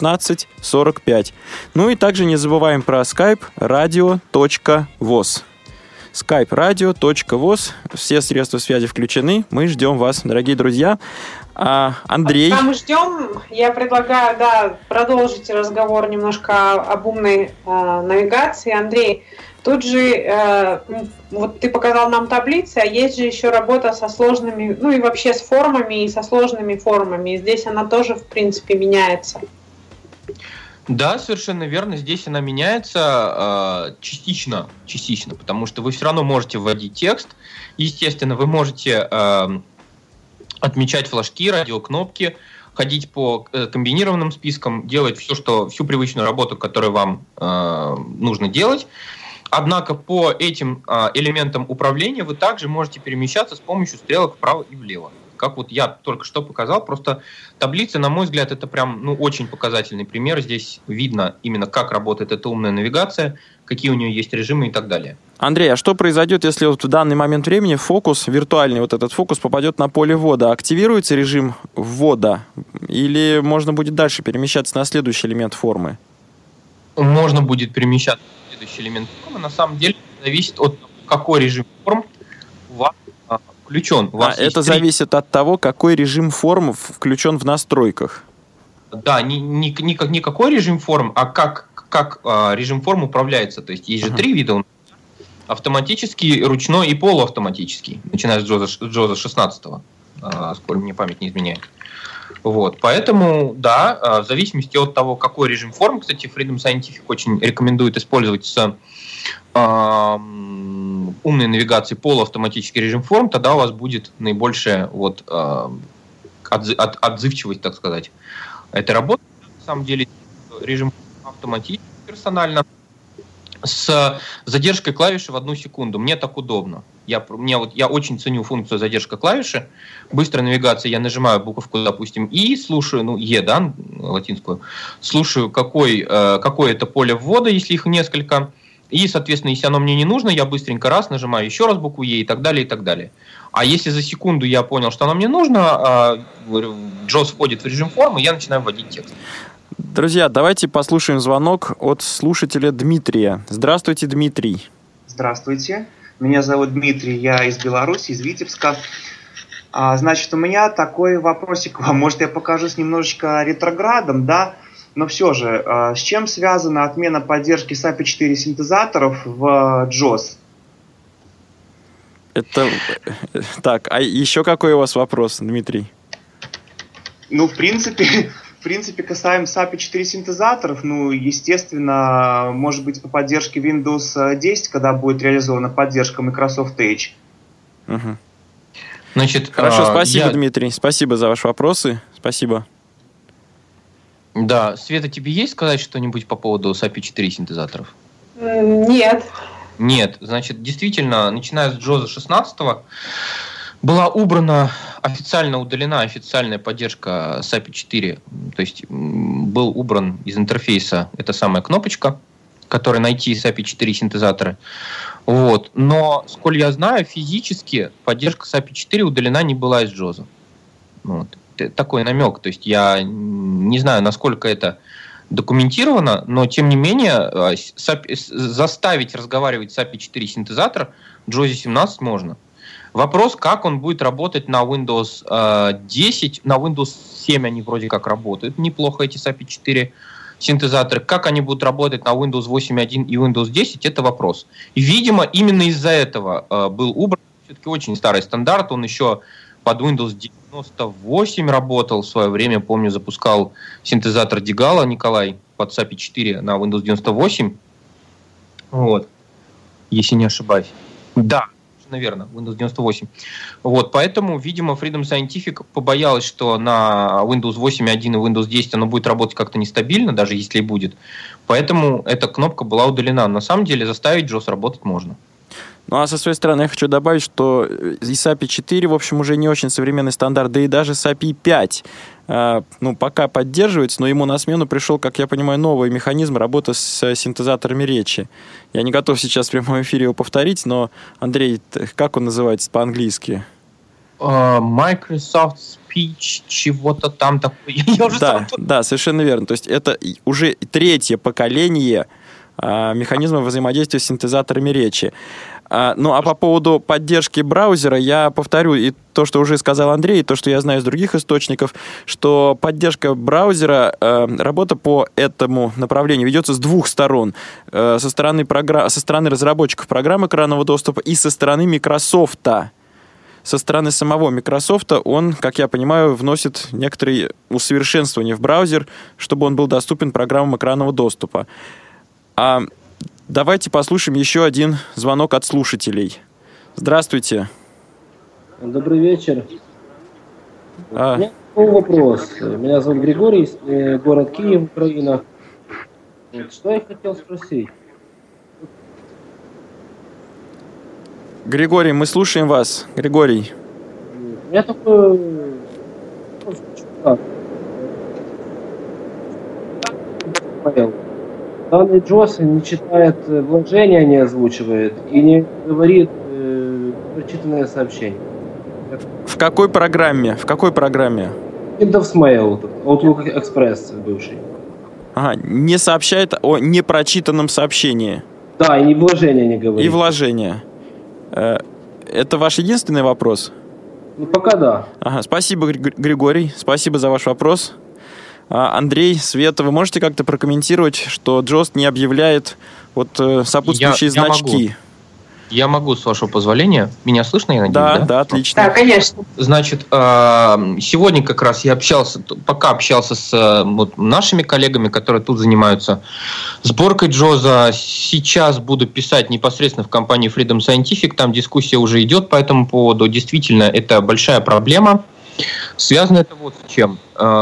1645. Ну и также не забываем про skype radio.voz. skype radio.voz. Все средства связи включены. Мы ждем вас, дорогие друзья. Андрей. Пока мы ждем, я предлагаю, продолжить разговор немножко об умной навигации. Андрей, тут же, вот ты показал нам таблицы, а есть же еще работа со сложными, ну и вообще с формами и со сложными формами. И здесь она тоже, в принципе, меняется. Да, совершенно верно. Здесь она меняется частично, потому что вы все равно можете вводить текст. Естественно, вы можете отмечать флажки, радиокнопки, ходить по комбинированным спискам, делать всю привычную работу, которую вам нужно делать. Однако по этим элементам управления вы также можете перемещаться с помощью стрелок вправо и влево. Как вот я только что показал, просто таблица, на мой взгляд, это прям очень показательный пример. Здесь видно именно, как работает эта умная навигация, какие у нее есть режимы и так далее. Андрей, а что произойдет, если вот в данный момент времени фокус, виртуальный вот этот фокус попадет на поле ввода? Активируется режим ввода или можно будет дальше перемещаться на следующий элемент формы? Можно будет перемещаться на следующий элемент формы. На самом деле зависит от того, какой режим форм у вас включен. Это зависит от того, какой режим форм включен в настройках. Да, не какой режим форм, а как режим форм управляется. То есть же 3 вида: автоматический, ручной и полуавтоматический, начиная с Джоза 16-го, сколь мне память не изменяет. Вот, поэтому, да, в зависимости от того, какой режим форм, кстати, Freedom Scientific очень рекомендует использовать с умной навигацией полуавтоматический режим форм, тогда у вас будет наибольшая отзывчивость, так сказать. Это работает, на самом деле, режим автоматически, персонально, с задержкой клавиши в 1 секунду. Мне так удобно. Я очень ценю функцию задержка клавиши. Быстрая навигация, я нажимаю буковку, допустим, и слушаю, Е, да, латинскую, слушаю, какое это поле ввода, если их несколько. И, соответственно, если оно мне не нужно, я быстренько нажимаю еще раз букву Е и так далее, и так далее. А если за секунду я понял, что оно мне нужно, JAWS входит в режим формы, я начинаю вводить текст. Друзья, давайте послушаем звонок от слушателя Дмитрия. Здравствуйте, Дмитрий. Здравствуйте. Меня зовут Дмитрий, я из Беларуси, из Витебска. Значит, у меня такой вопросик к вам. Может, я покажусь немножечко ретроградом, да? Но все же, с чем связана отмена поддержки SAPI 4 синтезаторов в JAWS? Так, а еще какой у вас вопрос, Дмитрий? Ну, в принципе, касаемо SAPI 4 синтезаторов, ну, естественно, может быть, по поддержке Windows 10, когда будет реализована поддержка Microsoft Edge. Угу. Значит, хорошо, спасибо, Дмитрий. Спасибо за ваши вопросы. Спасибо. Да, Света, тебе есть сказать что-нибудь по поводу SAPI 4 синтезаторов? Нет. Нет, значит, действительно, начиная с JOS 16 была официально удалена официальная поддержка SAPI 4, то есть был убран из интерфейса эта самая кнопочка, которая найти SAPI 4 синтезаторы. Вот. Но, сколь я знаю, физически поддержка SAPI 4 удалена не была из JOS. Вот. Такой намек, то есть я не знаю, насколько это документировано, но тем не менее заставить разговаривать SAPI 4 синтезатор в JOS 17 можно. Вопрос, как он будет работать на Windows 10, на Windows 7 они вроде как работают неплохо, эти SAPI 4 синтезаторы. Как они будут работать на Windows 8.1 и Windows 10, это вопрос. И, видимо, именно из-за этого был убран. Все-таки очень старый стандарт, он еще под Windows 98 работал в свое время, помню, запускал синтезатор Дегала Николай под SAPI 4 на Windows 98. Вот. Если не ошибаюсь. Да, наверное, Windows 98. Вот, поэтому, видимо, Freedom Scientific побоялась, что на Windows 8.1 и Windows 10 оно будет работать как-то нестабильно, даже если и будет. Поэтому эта кнопка была удалена. На самом деле заставить JOS работать можно. Ну, а со своей стороны я хочу добавить, что и SAPI 4, в общем, уже не очень современный стандарт, да и даже SAPI 5, пока поддерживается, но ему на смену пришел, как я понимаю, новый механизм работы с синтезаторами речи. Я не готов сейчас в прямом эфире его повторить, но, Андрей, как он называется по-английски? Microsoft Speech, чего-то там такое. Да, совершенно верно. То есть это уже третье поколение механизма взаимодействия с синтезаторами речи. Ну, а по поводу поддержки браузера, я повторю и то, что уже сказал Андрей, и то, что я знаю из других источников, что поддержка браузера, работа по этому направлению ведется с двух сторон. Со стороны разработчиков программ экранного доступа и со стороны Microsoft. Со стороны самого Microsoft он, как я понимаю, вносит некоторые усовершенствования в браузер, чтобы он был доступен программам экранного доступа. Давайте послушаем еще один звонок от слушателей. Здравствуйте. Добрый вечер. У меня такой вопрос. Меня зовут Григорий, город Киев, Украина. Что я хотел спросить? Григорий, мы слушаем вас. Григорий. У меня такой... Данный JOS не читает вложения, не озвучивает и не говорит прочитанное сообщение. В какой программе? Windows Mail, Outlook Express бывший. Ага, не сообщает о непрочитанном сообщении. Да, и вложения не говорит. И вложения. Это ваш единственный вопрос? Ну, пока да. Ага, спасибо, Григорий, спасибо за ваш вопрос. Андрей, Света, вы можете как-то прокомментировать, что JOS не объявляет сопутствующие значки? Я могу, с вашего позволения. Меня слышно, я надеюсь, да? Да, отлично. Да, конечно. Значит, сегодня как раз я пока общался с нашими коллегами, которые тут занимаются сборкой JOS. Сейчас буду писать непосредственно в компании Freedom Scientific. Там дискуссия уже идет по этому поводу. Действительно, это большая проблема. Связано это вот с чем.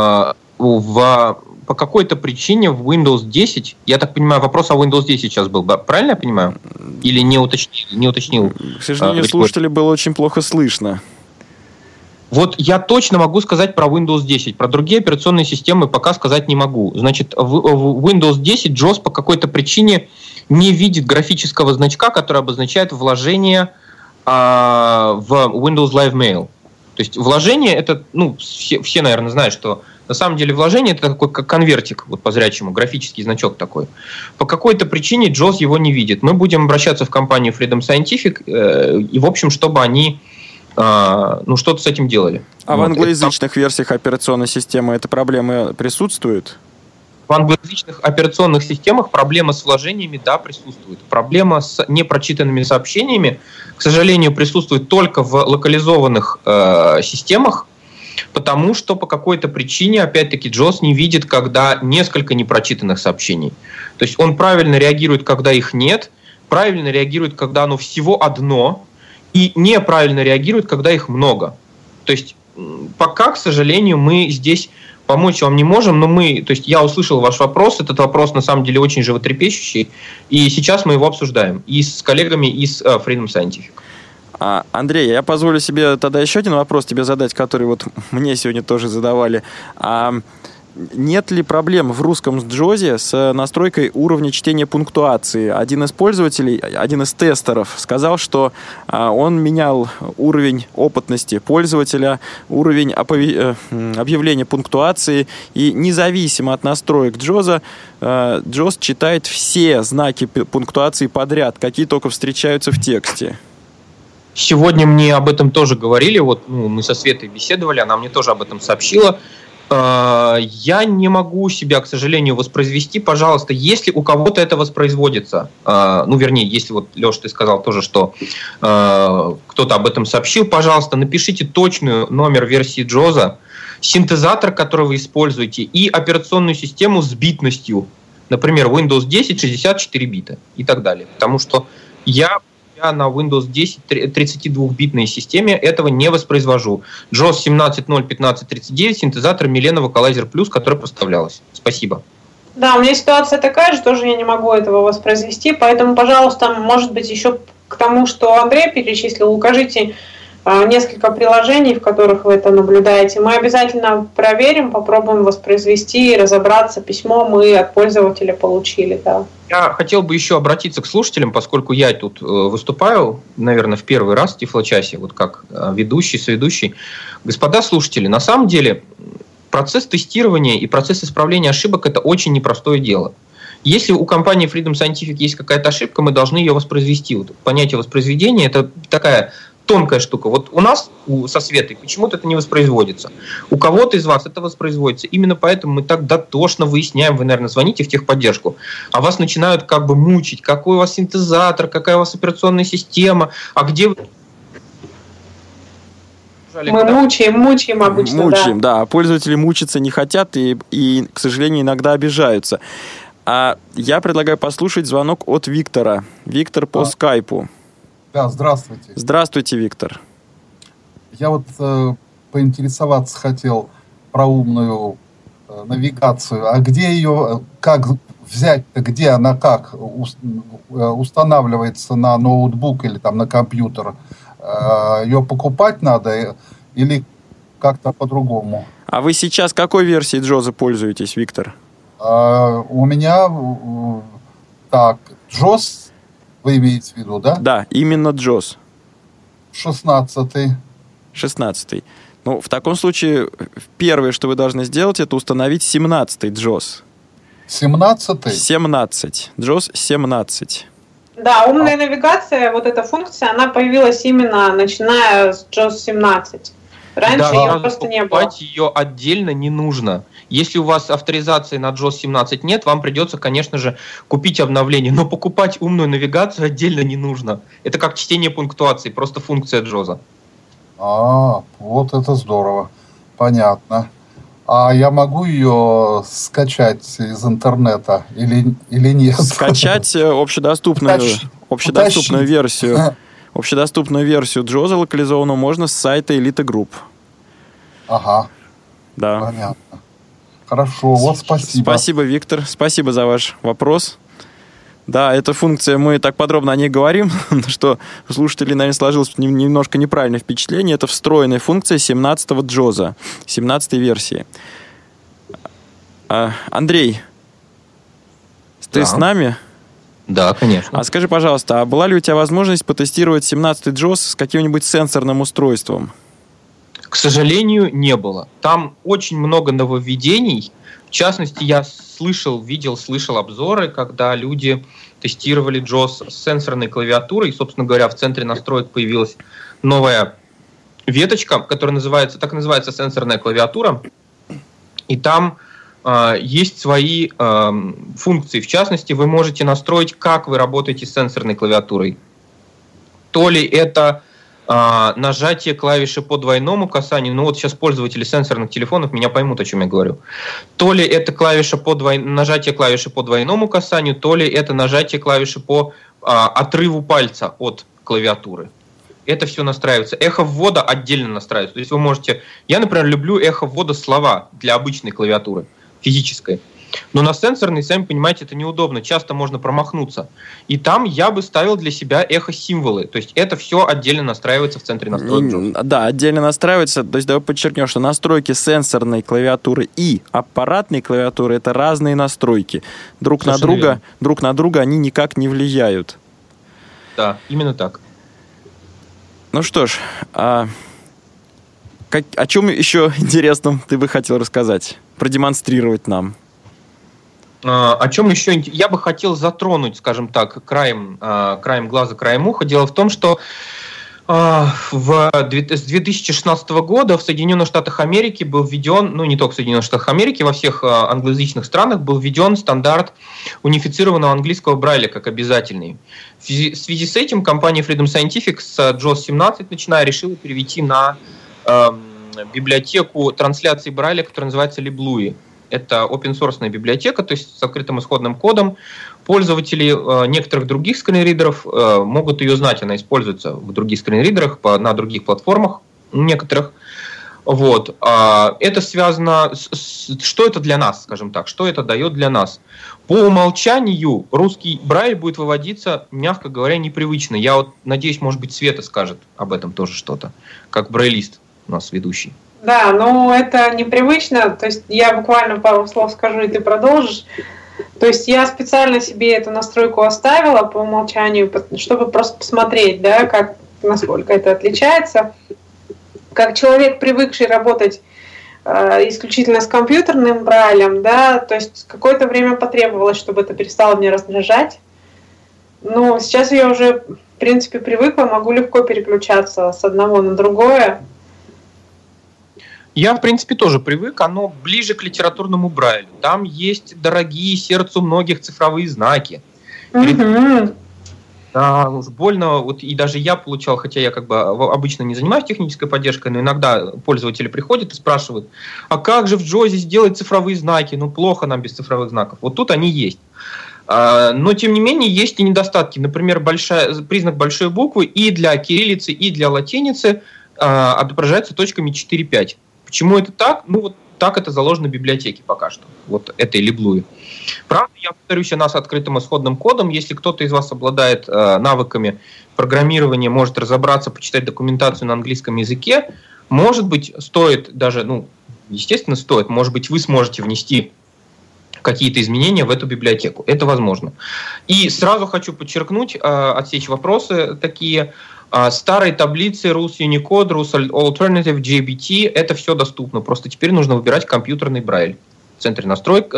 По какой-то причине в Windows 10, я так понимаю, вопрос о Windows 10 сейчас был, правильно я понимаю? Или не уточнил? К сожалению, слушателей было очень плохо слышно. Вот я точно могу сказать про Windows 10, про другие операционные системы пока сказать не могу. Значит, в Windows 10 JOS по какой-то причине не видит графического значка, который обозначает вложение в Windows Live Mail. То есть вложение это, все, наверное, знают, что на самом деле вложение это такой как конвертик, вот по-зрячему, графический значок такой. По какой-то причине JOS его не видит. Мы будем обращаться в компанию Freedom Scientific, и, в общем, чтобы они что-то с этим делали. А в англоязычных версиях операционной системы эта проблема присутствует? В англоязычных операционных системах проблема с вложениями, да, присутствует. Проблема с непрочитанными сообщениями, к сожалению, присутствует только в локализованных системах, потому что по какой-то причине, опять-таки, JAWS не видит, когда несколько непрочитанных сообщений. То есть он правильно реагирует, когда их нет, правильно реагирует, когда оно всего одно, и неправильно реагирует, когда их много. То есть пока, к сожалению, мы здесь помочь вам не можем, но то есть я услышал ваш вопрос, этот вопрос на самом деле очень животрепещущий, и сейчас мы его обсуждаем и с коллегами из Freedom Scientific. Андрей, я позволю себе тогда еще один вопрос тебе задать, который вот мне сегодня тоже задавали. Нет ли проблем в русском JAWS с настройкой уровня чтения пунктуации? Один из пользователей, один из тестеров сказал, что он менял уровень опытности пользователя, уровень объявления пунктуации, и независимо от настроек JAWS, JAWS читает все знаки пунктуации подряд, какие только встречаются в тексте. Сегодня мне об этом тоже говорили, мы со Светой беседовали, она мне тоже об этом сообщила. Я не могу себя, к сожалению, воспроизвести. Пожалуйста, если у кого-то это воспроизводится, если Леш, ты сказал тоже, что кто-то об этом сообщил, пожалуйста, напишите точную номер версии JAWS, синтезатор, который вы используете, и операционную систему с битностью, например, Windows 10 64 бита и так далее. Потому что я на Windows 10 32-битной системе этого не воспроизвожу. JAWS 17.0.15.39, синтезатор Millennium Vocalizer Plus, который поставлялась. Спасибо. Да, у меня ситуация такая же, тоже я не могу этого воспроизвести, поэтому, пожалуйста, может быть, еще к тому, что Андрей перечислил, укажите несколько приложений, в которых вы это наблюдаете. Мы обязательно проверим, попробуем воспроизвести и разобраться. Письмо мы от пользователя получили, да. Я хотел бы еще обратиться к слушателям, поскольку я тут выступаю, наверное, в первый раз в Тифлочасе, как ведущий, соведущий. Господа слушатели, на самом деле процесс тестирования и процесс исправления ошибок – это очень непростое дело. Если у компании Freedom Scientific есть какая-то ошибка, мы должны ее воспроизвести. Понятие воспроизведения – это такая тонкая штука. У нас со Светой почему-то это не воспроизводится. У кого-то из вас это воспроизводится. Именно поэтому мы так дотошно выясняем, вы, наверное, звоните в техподдержку, а вас начинают мучить. Какой у вас синтезатор, какая у вас операционная система, а где вы... Мы мучаем обычно. Мучаем, да. Пользователи мучиться не хотят и, к сожалению, иногда обижаются. А я предлагаю послушать звонок от Виктора. Виктор по скайпу. Да, здравствуйте. Здравствуйте, Виктор. Я поинтересоваться хотел про умную навигацию. А где ее, как взять-то, где она как устанавливается на ноутбук или на компьютер? Ее покупать надо или как-то по-другому? А вы сейчас какой версией JAWS пользуетесь, Виктор? У меня JAWS. Вы имеете в виду, да? Да, именно JAWS. 16-й. 16-й. В таком случае, первое, что вы должны сделать, это установить 17-й JAWS. 17-й? 17. JAWS 17. Да, умная навигация, эта функция, она появилась именно начиная с JAWS 17. Раньше ее просто не было. Покупать ее отдельно не нужно. Если у вас авторизации на JAWS 17 нет, вам придется, конечно же, купить обновление. Но покупать умную навигацию отдельно не нужно. Это как чтение пунктуации, просто функция JAWS. Вот это здорово. Понятно. А я могу ее скачать из интернета или нет? Скачать общедоступную версию. Общедоступную версию JAWS локализованную можно с сайта Elite Group. Ага. Да. Понятно. Хорошо, спасибо. Спасибо, Виктор. Спасибо за ваш вопрос. Да, эта функция, мы так подробно о ней говорим, что у слушателей, наверное, сложилось немножко неправильное впечатление. Это встроенная функция 17-го JAWS, 17-й версии. Андрей, ты с нами? Да, конечно. А скажи, пожалуйста, была ли у тебя возможность потестировать 17-й JAWS с каким-нибудь сенсорным устройством? К сожалению, не было. Там очень много нововведений. В частности, я слышал обзоры, когда люди тестировали JAWS с сенсорной клавиатурой. И, собственно говоря, в центре настроек появилась новая веточка, которая называется сенсорная клавиатура. И там есть свои функции. В частности, вы можете настроить, как вы работаете с сенсорной клавиатурой. То ли это нажатие клавиши по двойному касанию, ну вот сейчас пользователи сенсорных телефонов меня поймут, о чем я говорю. То ли это клавиша нажатие клавиши по двойному касанию, то ли это нажатие клавиши по отрыву пальца от клавиатуры. Это все настраивается. Эхо ввода отдельно настраивается. То есть вы можете... Я, например, люблю эхо ввода слова для обычной клавиатуры, физической. Но на сенсорной, сами понимаете, это неудобно. Часто можно промахнуться. И там я бы ставил для себя эхо-символы. То есть это все отдельно настраивается в центре настроек JAWS. Да, отдельно настраивается. То есть давай подчеркнем, что настройки сенсорной клавиатуры и аппаратной клавиатуры — это разные настройки. Друг на друга они никак не влияют. Да, именно так. Ну что ж, о чем еще интересном ты бы хотел рассказать, продемонстрировать нам? О чем еще? Я бы хотел затронуть, скажем так, краем глаза, краем уха. Дело в том, что с 2016 года в Соединенных Штатах Америки был введен, ну не только в Соединенных Штатах Америки, во всех англоязычных странах был введен стандарт унифицированного английского Брайля как обязательный. В связи с этим компания Freedom Scientific с JAWS 17 решила перейти на библиотеку трансляции Брайля, которая называется LibLouis. Это open-source библиотека, то есть с открытым исходным кодом. Пользователи некоторых других скринридеров могут ее знать, она используется в других скринридерах, на других платформах некоторых. Вот. Это связано что это для нас, скажем так, что это дает для нас? По умолчанию русский Брайль будет выводиться, мягко говоря, непривычно. Я вот надеюсь, может быть, Света скажет об этом тоже что-то, как брайлист у нас ведущий. Да, но это непривычно, то есть я буквально пару слов скажу, и ты продолжишь. То есть я специально себе эту настройку оставила по умолчанию, чтобы просто посмотреть, да, насколько это отличается. Как человек, привыкший работать исключительно с компьютерным Брайлем, да, то есть какое-то время потребовалось, чтобы это перестало меня раздражать. Но сейчас я уже, в принципе, привыкла, могу легко переключаться с одного на другое. Я, в принципе, тоже привык, оно ближе к литературному Брайлю. Там есть дорогие сердцу многих цифровые знаки. Да, уж больно, вот и даже я получал, хотя я как бы обычно не занимаюсь технической поддержкой, но иногда пользователи приходят и спрашивают, а как же в JAWS сделать цифровые знаки? Ну, плохо нам без цифровых знаков. Вот тут они есть. Но, тем не менее, есть и недостатки. Например, признак большой буквы и для кириллицы, и для латиницы отображается точками 4-5. Почему это так? Ну, вот так это заложено в библиотеке пока что. Вот этой LibLouis. Правда, я повторюсь, у нас открытым исходным кодом. Если кто-то из вас обладает навыками программирования, может разобраться, почитать документацию на английском языке, может быть, стоит даже, ну, естественно, стоит, может быть, вы сможете внести какие-то изменения в эту библиотеку. Это возможно. И сразу хочу подчеркнуть, отсечь вопросы такие. Старые таблицы, Rus Unicode, Rus Alternative, JBT, это все доступно. Просто теперь нужно выбирать компьютерный Брайль. В центре настроек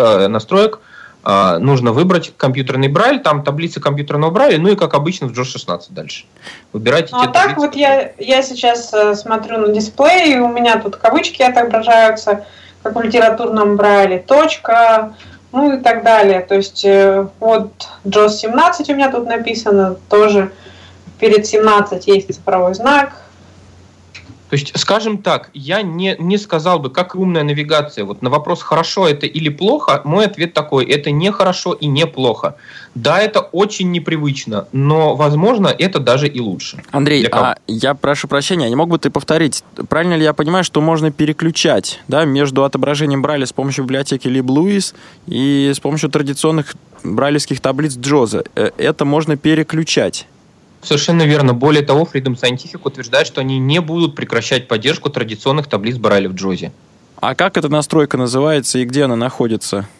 нужно выбрать компьютерный Брайль, там таблицы компьютерного Брайля, ну и как обычно в JAWS 16 дальше. Выбирайте те так вот я сейчас смотрю на дисплей, у меня тут кавычки отображаются, как в литературном Брайле, точка, ну и так далее. То есть вот JAWS 17 у меня тут написано тоже. Перед 17 есть цифровой знак. То есть, скажем так, я не сказал бы, как умная навигация. Вот на вопрос, хорошо это или плохо, мой ответ такой: это не хорошо и не плохо. Да, это очень непривычно, но, возможно, это даже и лучше. Андрей, я прошу прощения, не мог бы ты повторить, правильно ли я понимаю, что можно переключать, да, между отображением Брайля с помощью библиотеки LibLouis и с помощью традиционных брайлевских таблиц JAWS? Это можно переключать? Совершенно верно. Более того, Freedom Scientific утверждает, что они не будут прекращать поддержку традиционных таблиц Брайля в JAWS. А как эта настройка называется и где она находится?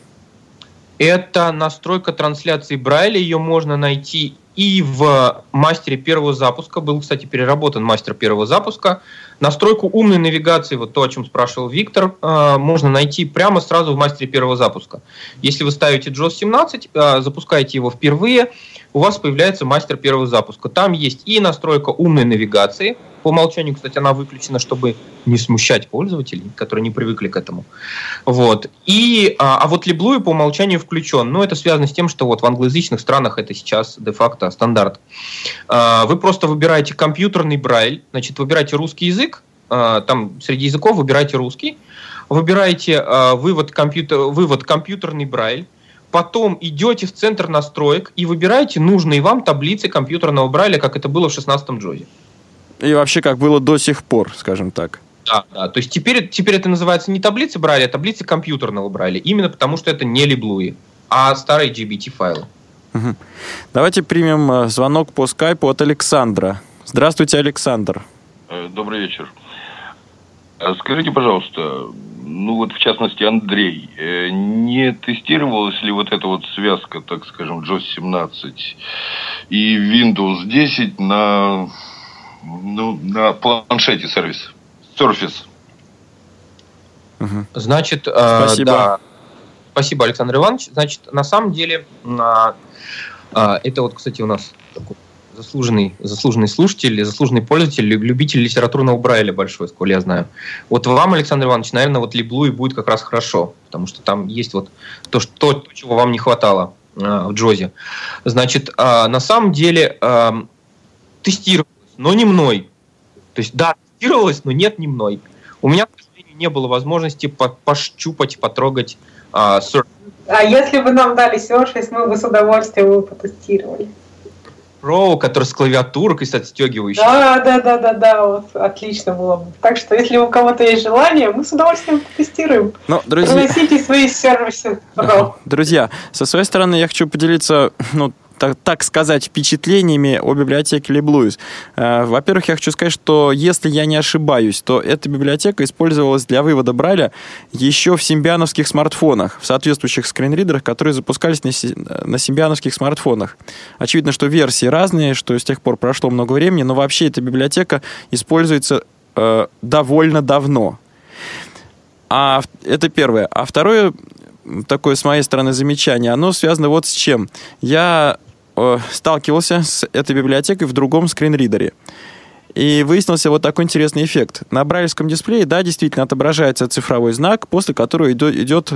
Это настройка трансляции Брайля. Ее можно найти и в мастере первого запуска. Был, кстати, переработан мастер первого запуска. Настройку умной навигации, вот то, о чем спрашивал Виктор, можно найти прямо сразу в мастере первого запуска. Если вы ставите JAWS 17, запускаете его впервые, у вас появляется мастер первого запуска. Там есть и настройка умной навигации. По умолчанию, кстати, она выключена, чтобы не смущать пользователей, которые не привыкли к этому. Вот. А вот LibLui по умолчанию включен. Но это связано с тем, что вот в англоязычных странах это сейчас де-факто стандарт. Вы просто выбираете компьютерный брайль, значит, выбираете русский язык, там среди языков выбираете русский, выбираете вывод компьютерный брайль, потом идете в центр настроек и выбираете нужные вам таблицы компьютерного брайля, как это было в 16-м джозе. И вообще, как было до сих пор, скажем так. Да. То есть теперь это называется не таблицы брайля, а таблицы компьютерного брайля. Именно потому, что это не LibLui, а старые GBT-файлы. Угу. Давайте примем звонок по скайпу от Александра. Здравствуйте, Александр. Добрый вечер. Скажите, пожалуйста, вот в частности Андрей, не тестировалась ли вот эта вот связка, так скажем, JOS 17 и Windows 10 на планшете Surface? Угу. Значит, спасибо. Да. Спасибо, Александр Иванович. Значит, на самом деле, это вот, кстати, у нас такой заслуженный слушатель, заслуженный пользователь, любитель литературного брайля большой, сколь я знаю. Вот вам, Александр Иванович, наверное, вот LibLui будет как раз хорошо, потому что там есть вот то, чего вам не хватало в Джозе. Значит, на самом деле тестировалось, но не мной. То есть, да, тестировалось, но нет, не мной. У меня, к сожалению, не было возможности пощупать, потрогать Surface. А если бы нам дали Surface, мы бы с удовольствием его потестировали. Pro, который с клавиатуркой, с отстегивающей. Да, вот отлично было бы. Так что, если у кого-то есть желание, мы с удовольствием потестируем. Приносите свои сервисы. Друзья, со своей стороны я хочу поделиться, так сказать, впечатлениями о библиотеке LibLui. Во-первых, я хочу сказать, что если я не ошибаюсь, то эта библиотека использовалась для вывода брайля еще в симбиановских смартфонах, в соответствующих скринридерах, которые запускались на симбиановских смартфонах. Очевидно, что версии разные, что с тех пор прошло много времени, но вообще эта библиотека используется довольно давно. Это первое. А второе, такое с моей стороны замечание, оно связано вот с чем. Я сталкивался с этой библиотекой в другом скринридере. И выяснился вот такой интересный эффект. На брайлевском дисплее, да, действительно отображается цифровой знак, после которого идет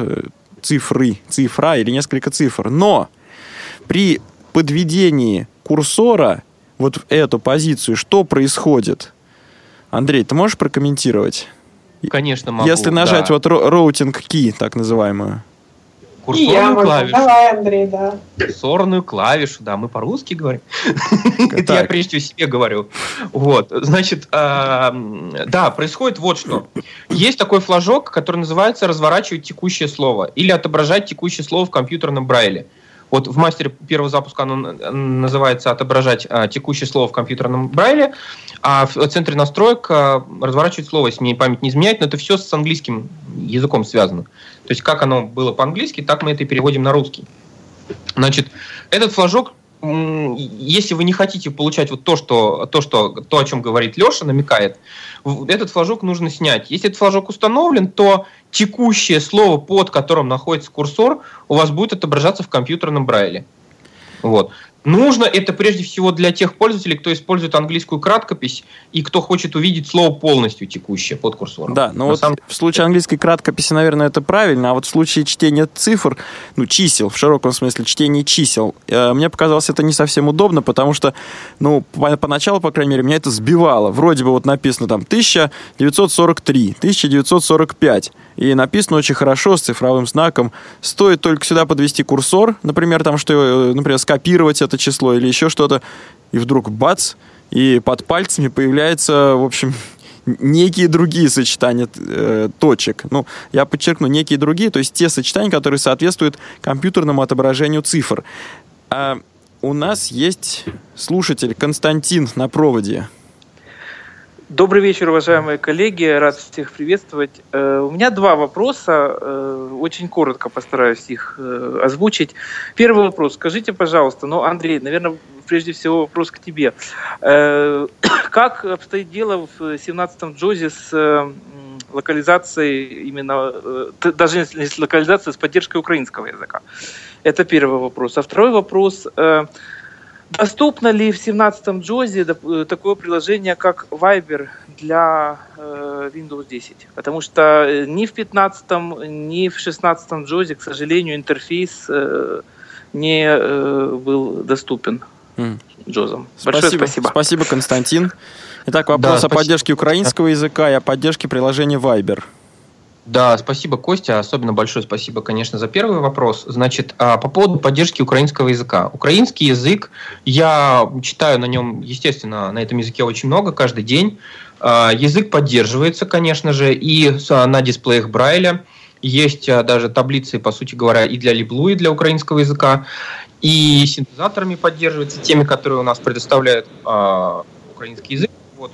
цифра или несколько цифр. Но при подведении курсора вот в эту позицию, что происходит? Андрей, ты можешь прокомментировать? Конечно, могу. Если нажать вот роутинг key, так называемую. Курсорную клавишу. Давай, Андрей, да. Курсорную клавишу, да, мы по-русски говорим. Это я прежде всего себе говорю. Вот, значит, да, происходит вот что. Есть такой флажок, который называется «разворачивать текущее слово» или «отображать текущее слово в компьютерном брайле». Вот в мастере первого запуска оно называется «отображать текущее слово в компьютерном брайле», а в центре настроек разворачивать слово, если мне память не изменяет, но это все с английским языком связано. То есть как оно было по-английски, так мы это и переводим на русский. Значит, этот флажок, если вы не хотите получать вот то, о чем говорит Леша, намекает, этот флажок нужно снять. Если этот флажок установлен, то текущее слово, под которым находится курсор, у вас будет отображаться в компьютерном брайле. Вот. Нужно это прежде всего для тех пользователей, кто использует английскую краткопись и кто хочет увидеть слово полностью текущее под курсором. Да, но в случае английской краткописи, наверное, это правильно, а вот в случае чтения цифр, чисел, в широком смысле, чтения чисел, мне показалось это не совсем удобно, потому что, поначалу, по крайней мере, меня это сбивало. Вроде бы вот написано там 1943, 1945, и написано очень хорошо, с цифровым знаком. Стоит только сюда подвести курсор, например, скопировать это число или еще что-то, и вдруг бац, и под пальцами появляются, в общем, некие другие сочетания точек. Я подчеркну, некие другие, то есть те сочетания, которые соответствуют компьютерному отображению цифр. У нас есть слушатель Константин на проводе. Добрый вечер, уважаемые коллеги. Рад всех приветствовать. У меня два вопроса. Очень коротко постараюсь их озвучить. Первый вопрос. Скажите, пожалуйста, Андрей, наверное, прежде всего вопрос к тебе. Как обстоит дело в 17-м джозе с локализацией, именно, даже не с локализацией, с поддержкой украинского языка? Это первый вопрос. А второй вопрос. Доступно ли в 17-м JAWS такое приложение, как Viber для Windows 10? Потому что ни в 15-м, ни в 16-м JAWS, к сожалению, интерфейс не был доступен JAWS. Большое спасибо. Спасибо, Константин. Итак, вопрос о поддержке украинского языка и о поддержке приложения Viber. Да, спасибо, Костя. Особенно большое спасибо, конечно, за первый вопрос. Значит, по поводу поддержки украинского языка. Украинский язык, я читаю на нем, естественно, на этом языке очень много, каждый день. Язык поддерживается, конечно же, и на дисплеях Брайля. Есть даже таблицы, по сути говоря, и для LibLu, и для украинского языка. И синтезаторами поддерживается, теми, которые у нас предоставляют украинский язык. Вот.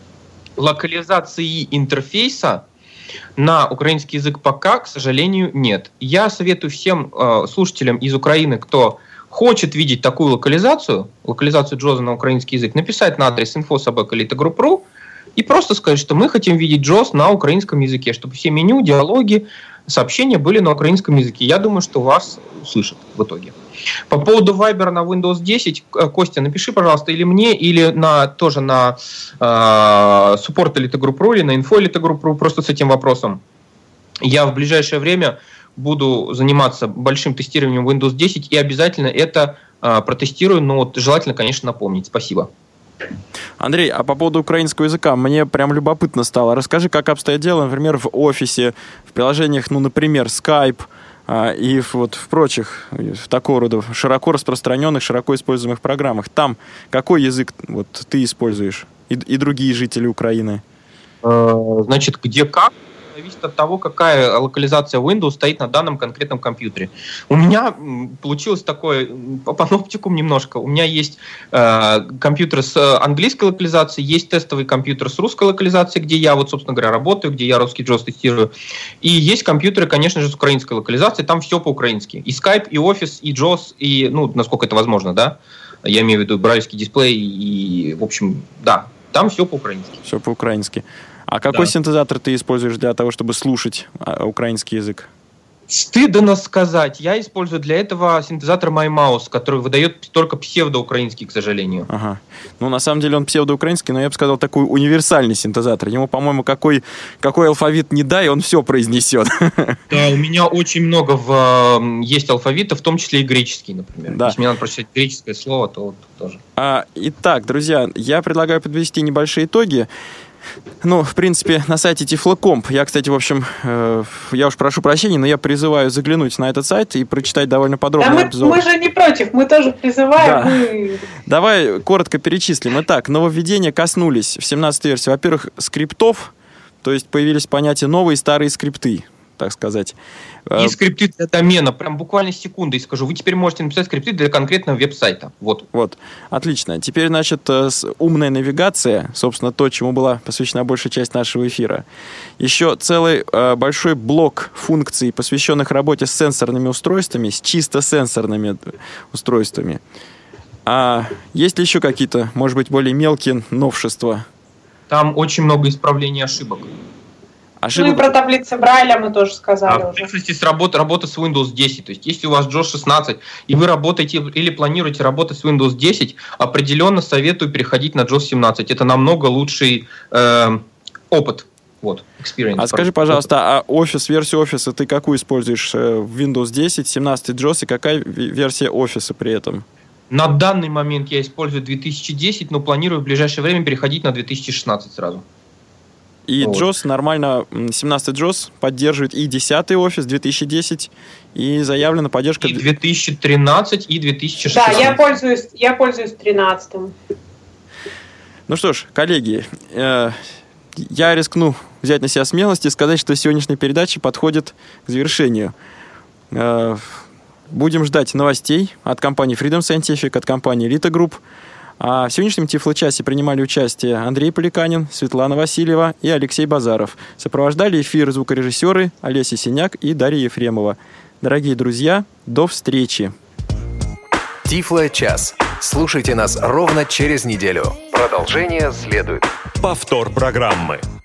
Локализации интерфейса на украинский язык пока, к сожалению, нет. Я советую всем слушателям из Украины, кто хочет видеть такую локализацию JAWS на украинский язык, написать на адрес info@elitagroup.ru и просто сказать, что мы хотим видеть JAWS на украинском языке, чтобы все меню, диалоги, сообщения были на украинском языке. Я думаю, что вас услышат в итоге. По поводу Viber на Windows 10, Костя, напиши, пожалуйста, или мне, или тоже на support Elitagroup.ru, или на info Elitagroup.ru, просто с этим вопросом. Я в ближайшее время буду заниматься большим тестированием Windows 10 и обязательно это протестирую, но вот желательно, конечно, напомнить. Спасибо. Андрей, а по поводу украинского языка мне прям любопытно стало. Расскажи, как обстоят дела, например, в офисе, в приложениях, например, Skype, и вот в прочих, в такого рода широко распространенных, широко используемых программах. Там какой язык вот ты используешь и другие жители Украины? Значит, где как? Зависит от того, какая локализация Windows стоит на данном конкретном компьютере. У меня получилось такое паноптикум немножко. У меня есть компьютер с английской локализацией, есть тестовый компьютер с русской локализацией, где я, вот, собственно говоря, работаю, где я русский JAWS тестирую. И есть компьютеры, конечно же, с украинской локализацией, там все по-украински. И Skype, и Office, и JAWS, и, насколько это возможно, да? Я имею в виду брайлевский дисплей, и, в общем, да, там все по-украински. Все по-украински. А какой синтезатор ты используешь для того, чтобы слушать украинский язык? Стыдно сказать. Я использую для этого синтезатор MyMouse, который выдает только псевдоукраинский, к сожалению. Ага. На самом деле он псевдоукраинский, но я бы сказал, такой универсальный синтезатор. Ему, по-моему, какой алфавит не дай, он все произнесет. Да, у меня очень много есть алфавита, в том числе и греческий, например. Да. Если мне надо прочитать греческое слово, то тоже. Итак, друзья, я предлагаю подвести небольшие итоги. В принципе, на сайте Tiflo.com. Я, кстати, в общем, я уж прошу прощения, но я призываю заглянуть на этот сайт и прочитать довольно подробный обзор. Мы же не против, мы тоже призываем. Да. Давай коротко перечислим. Итак, нововведения коснулись в 17-й версии, во-первых, скриптов, то есть появились понятия новые и старые скрипты, так сказать. И скрипты для домена, прям буквально секунды, и скажу, вы теперь можете написать скрипты для конкретного веб-сайта. Вот, отлично. Теперь, значит, умная навигация, собственно, то, чему была посвящена большая часть нашего эфира. Еще целый большой блок функций, посвященных работе с сенсорными устройствами, с чисто сенсорными устройствами. А есть ли еще какие-то, может быть, более мелкие новшества? Там очень много исправлений ошибок. И про таблицы Брайля мы тоже сказали уже. В частности, работа с Windows 10. То есть, если у вас JAWS 16, и вы работаете или планируете работать с Windows 10, определенно советую переходить на JAWS 17. Это намного лучший опыт. Experience. Скажи, пожалуйста, версию Office ты какую используешь? В Windows 10, 17 JAWS, и какая версия Office при этом? На данный момент я использую 2010, но планирую в ближайшее время переходить на 2016 сразу. И JAWS нормально, 17 JAWS поддерживает и 10 Office 2010, и заявлена поддержка... И 2013, и 2016. Да, я пользуюсь 13-м. Ну что ж, коллеги, я рискну взять на себя смелость и сказать, что сегодняшняя передача подходит к завершению. Будем ждать новостей от компании Freedom Scientific, от компании Elite Group. А в сегодняшнем Тифло-часе принимали участие Андрей Поликанин, Светлана Васильева и Алексей Базаров. Сопровождали эфир звукорежиссеры Олеся Синяк и Дарья Ефремова. Дорогие друзья, до встречи. Тифло-час. Слушайте нас ровно через неделю. Продолжение следует. Повтор программы.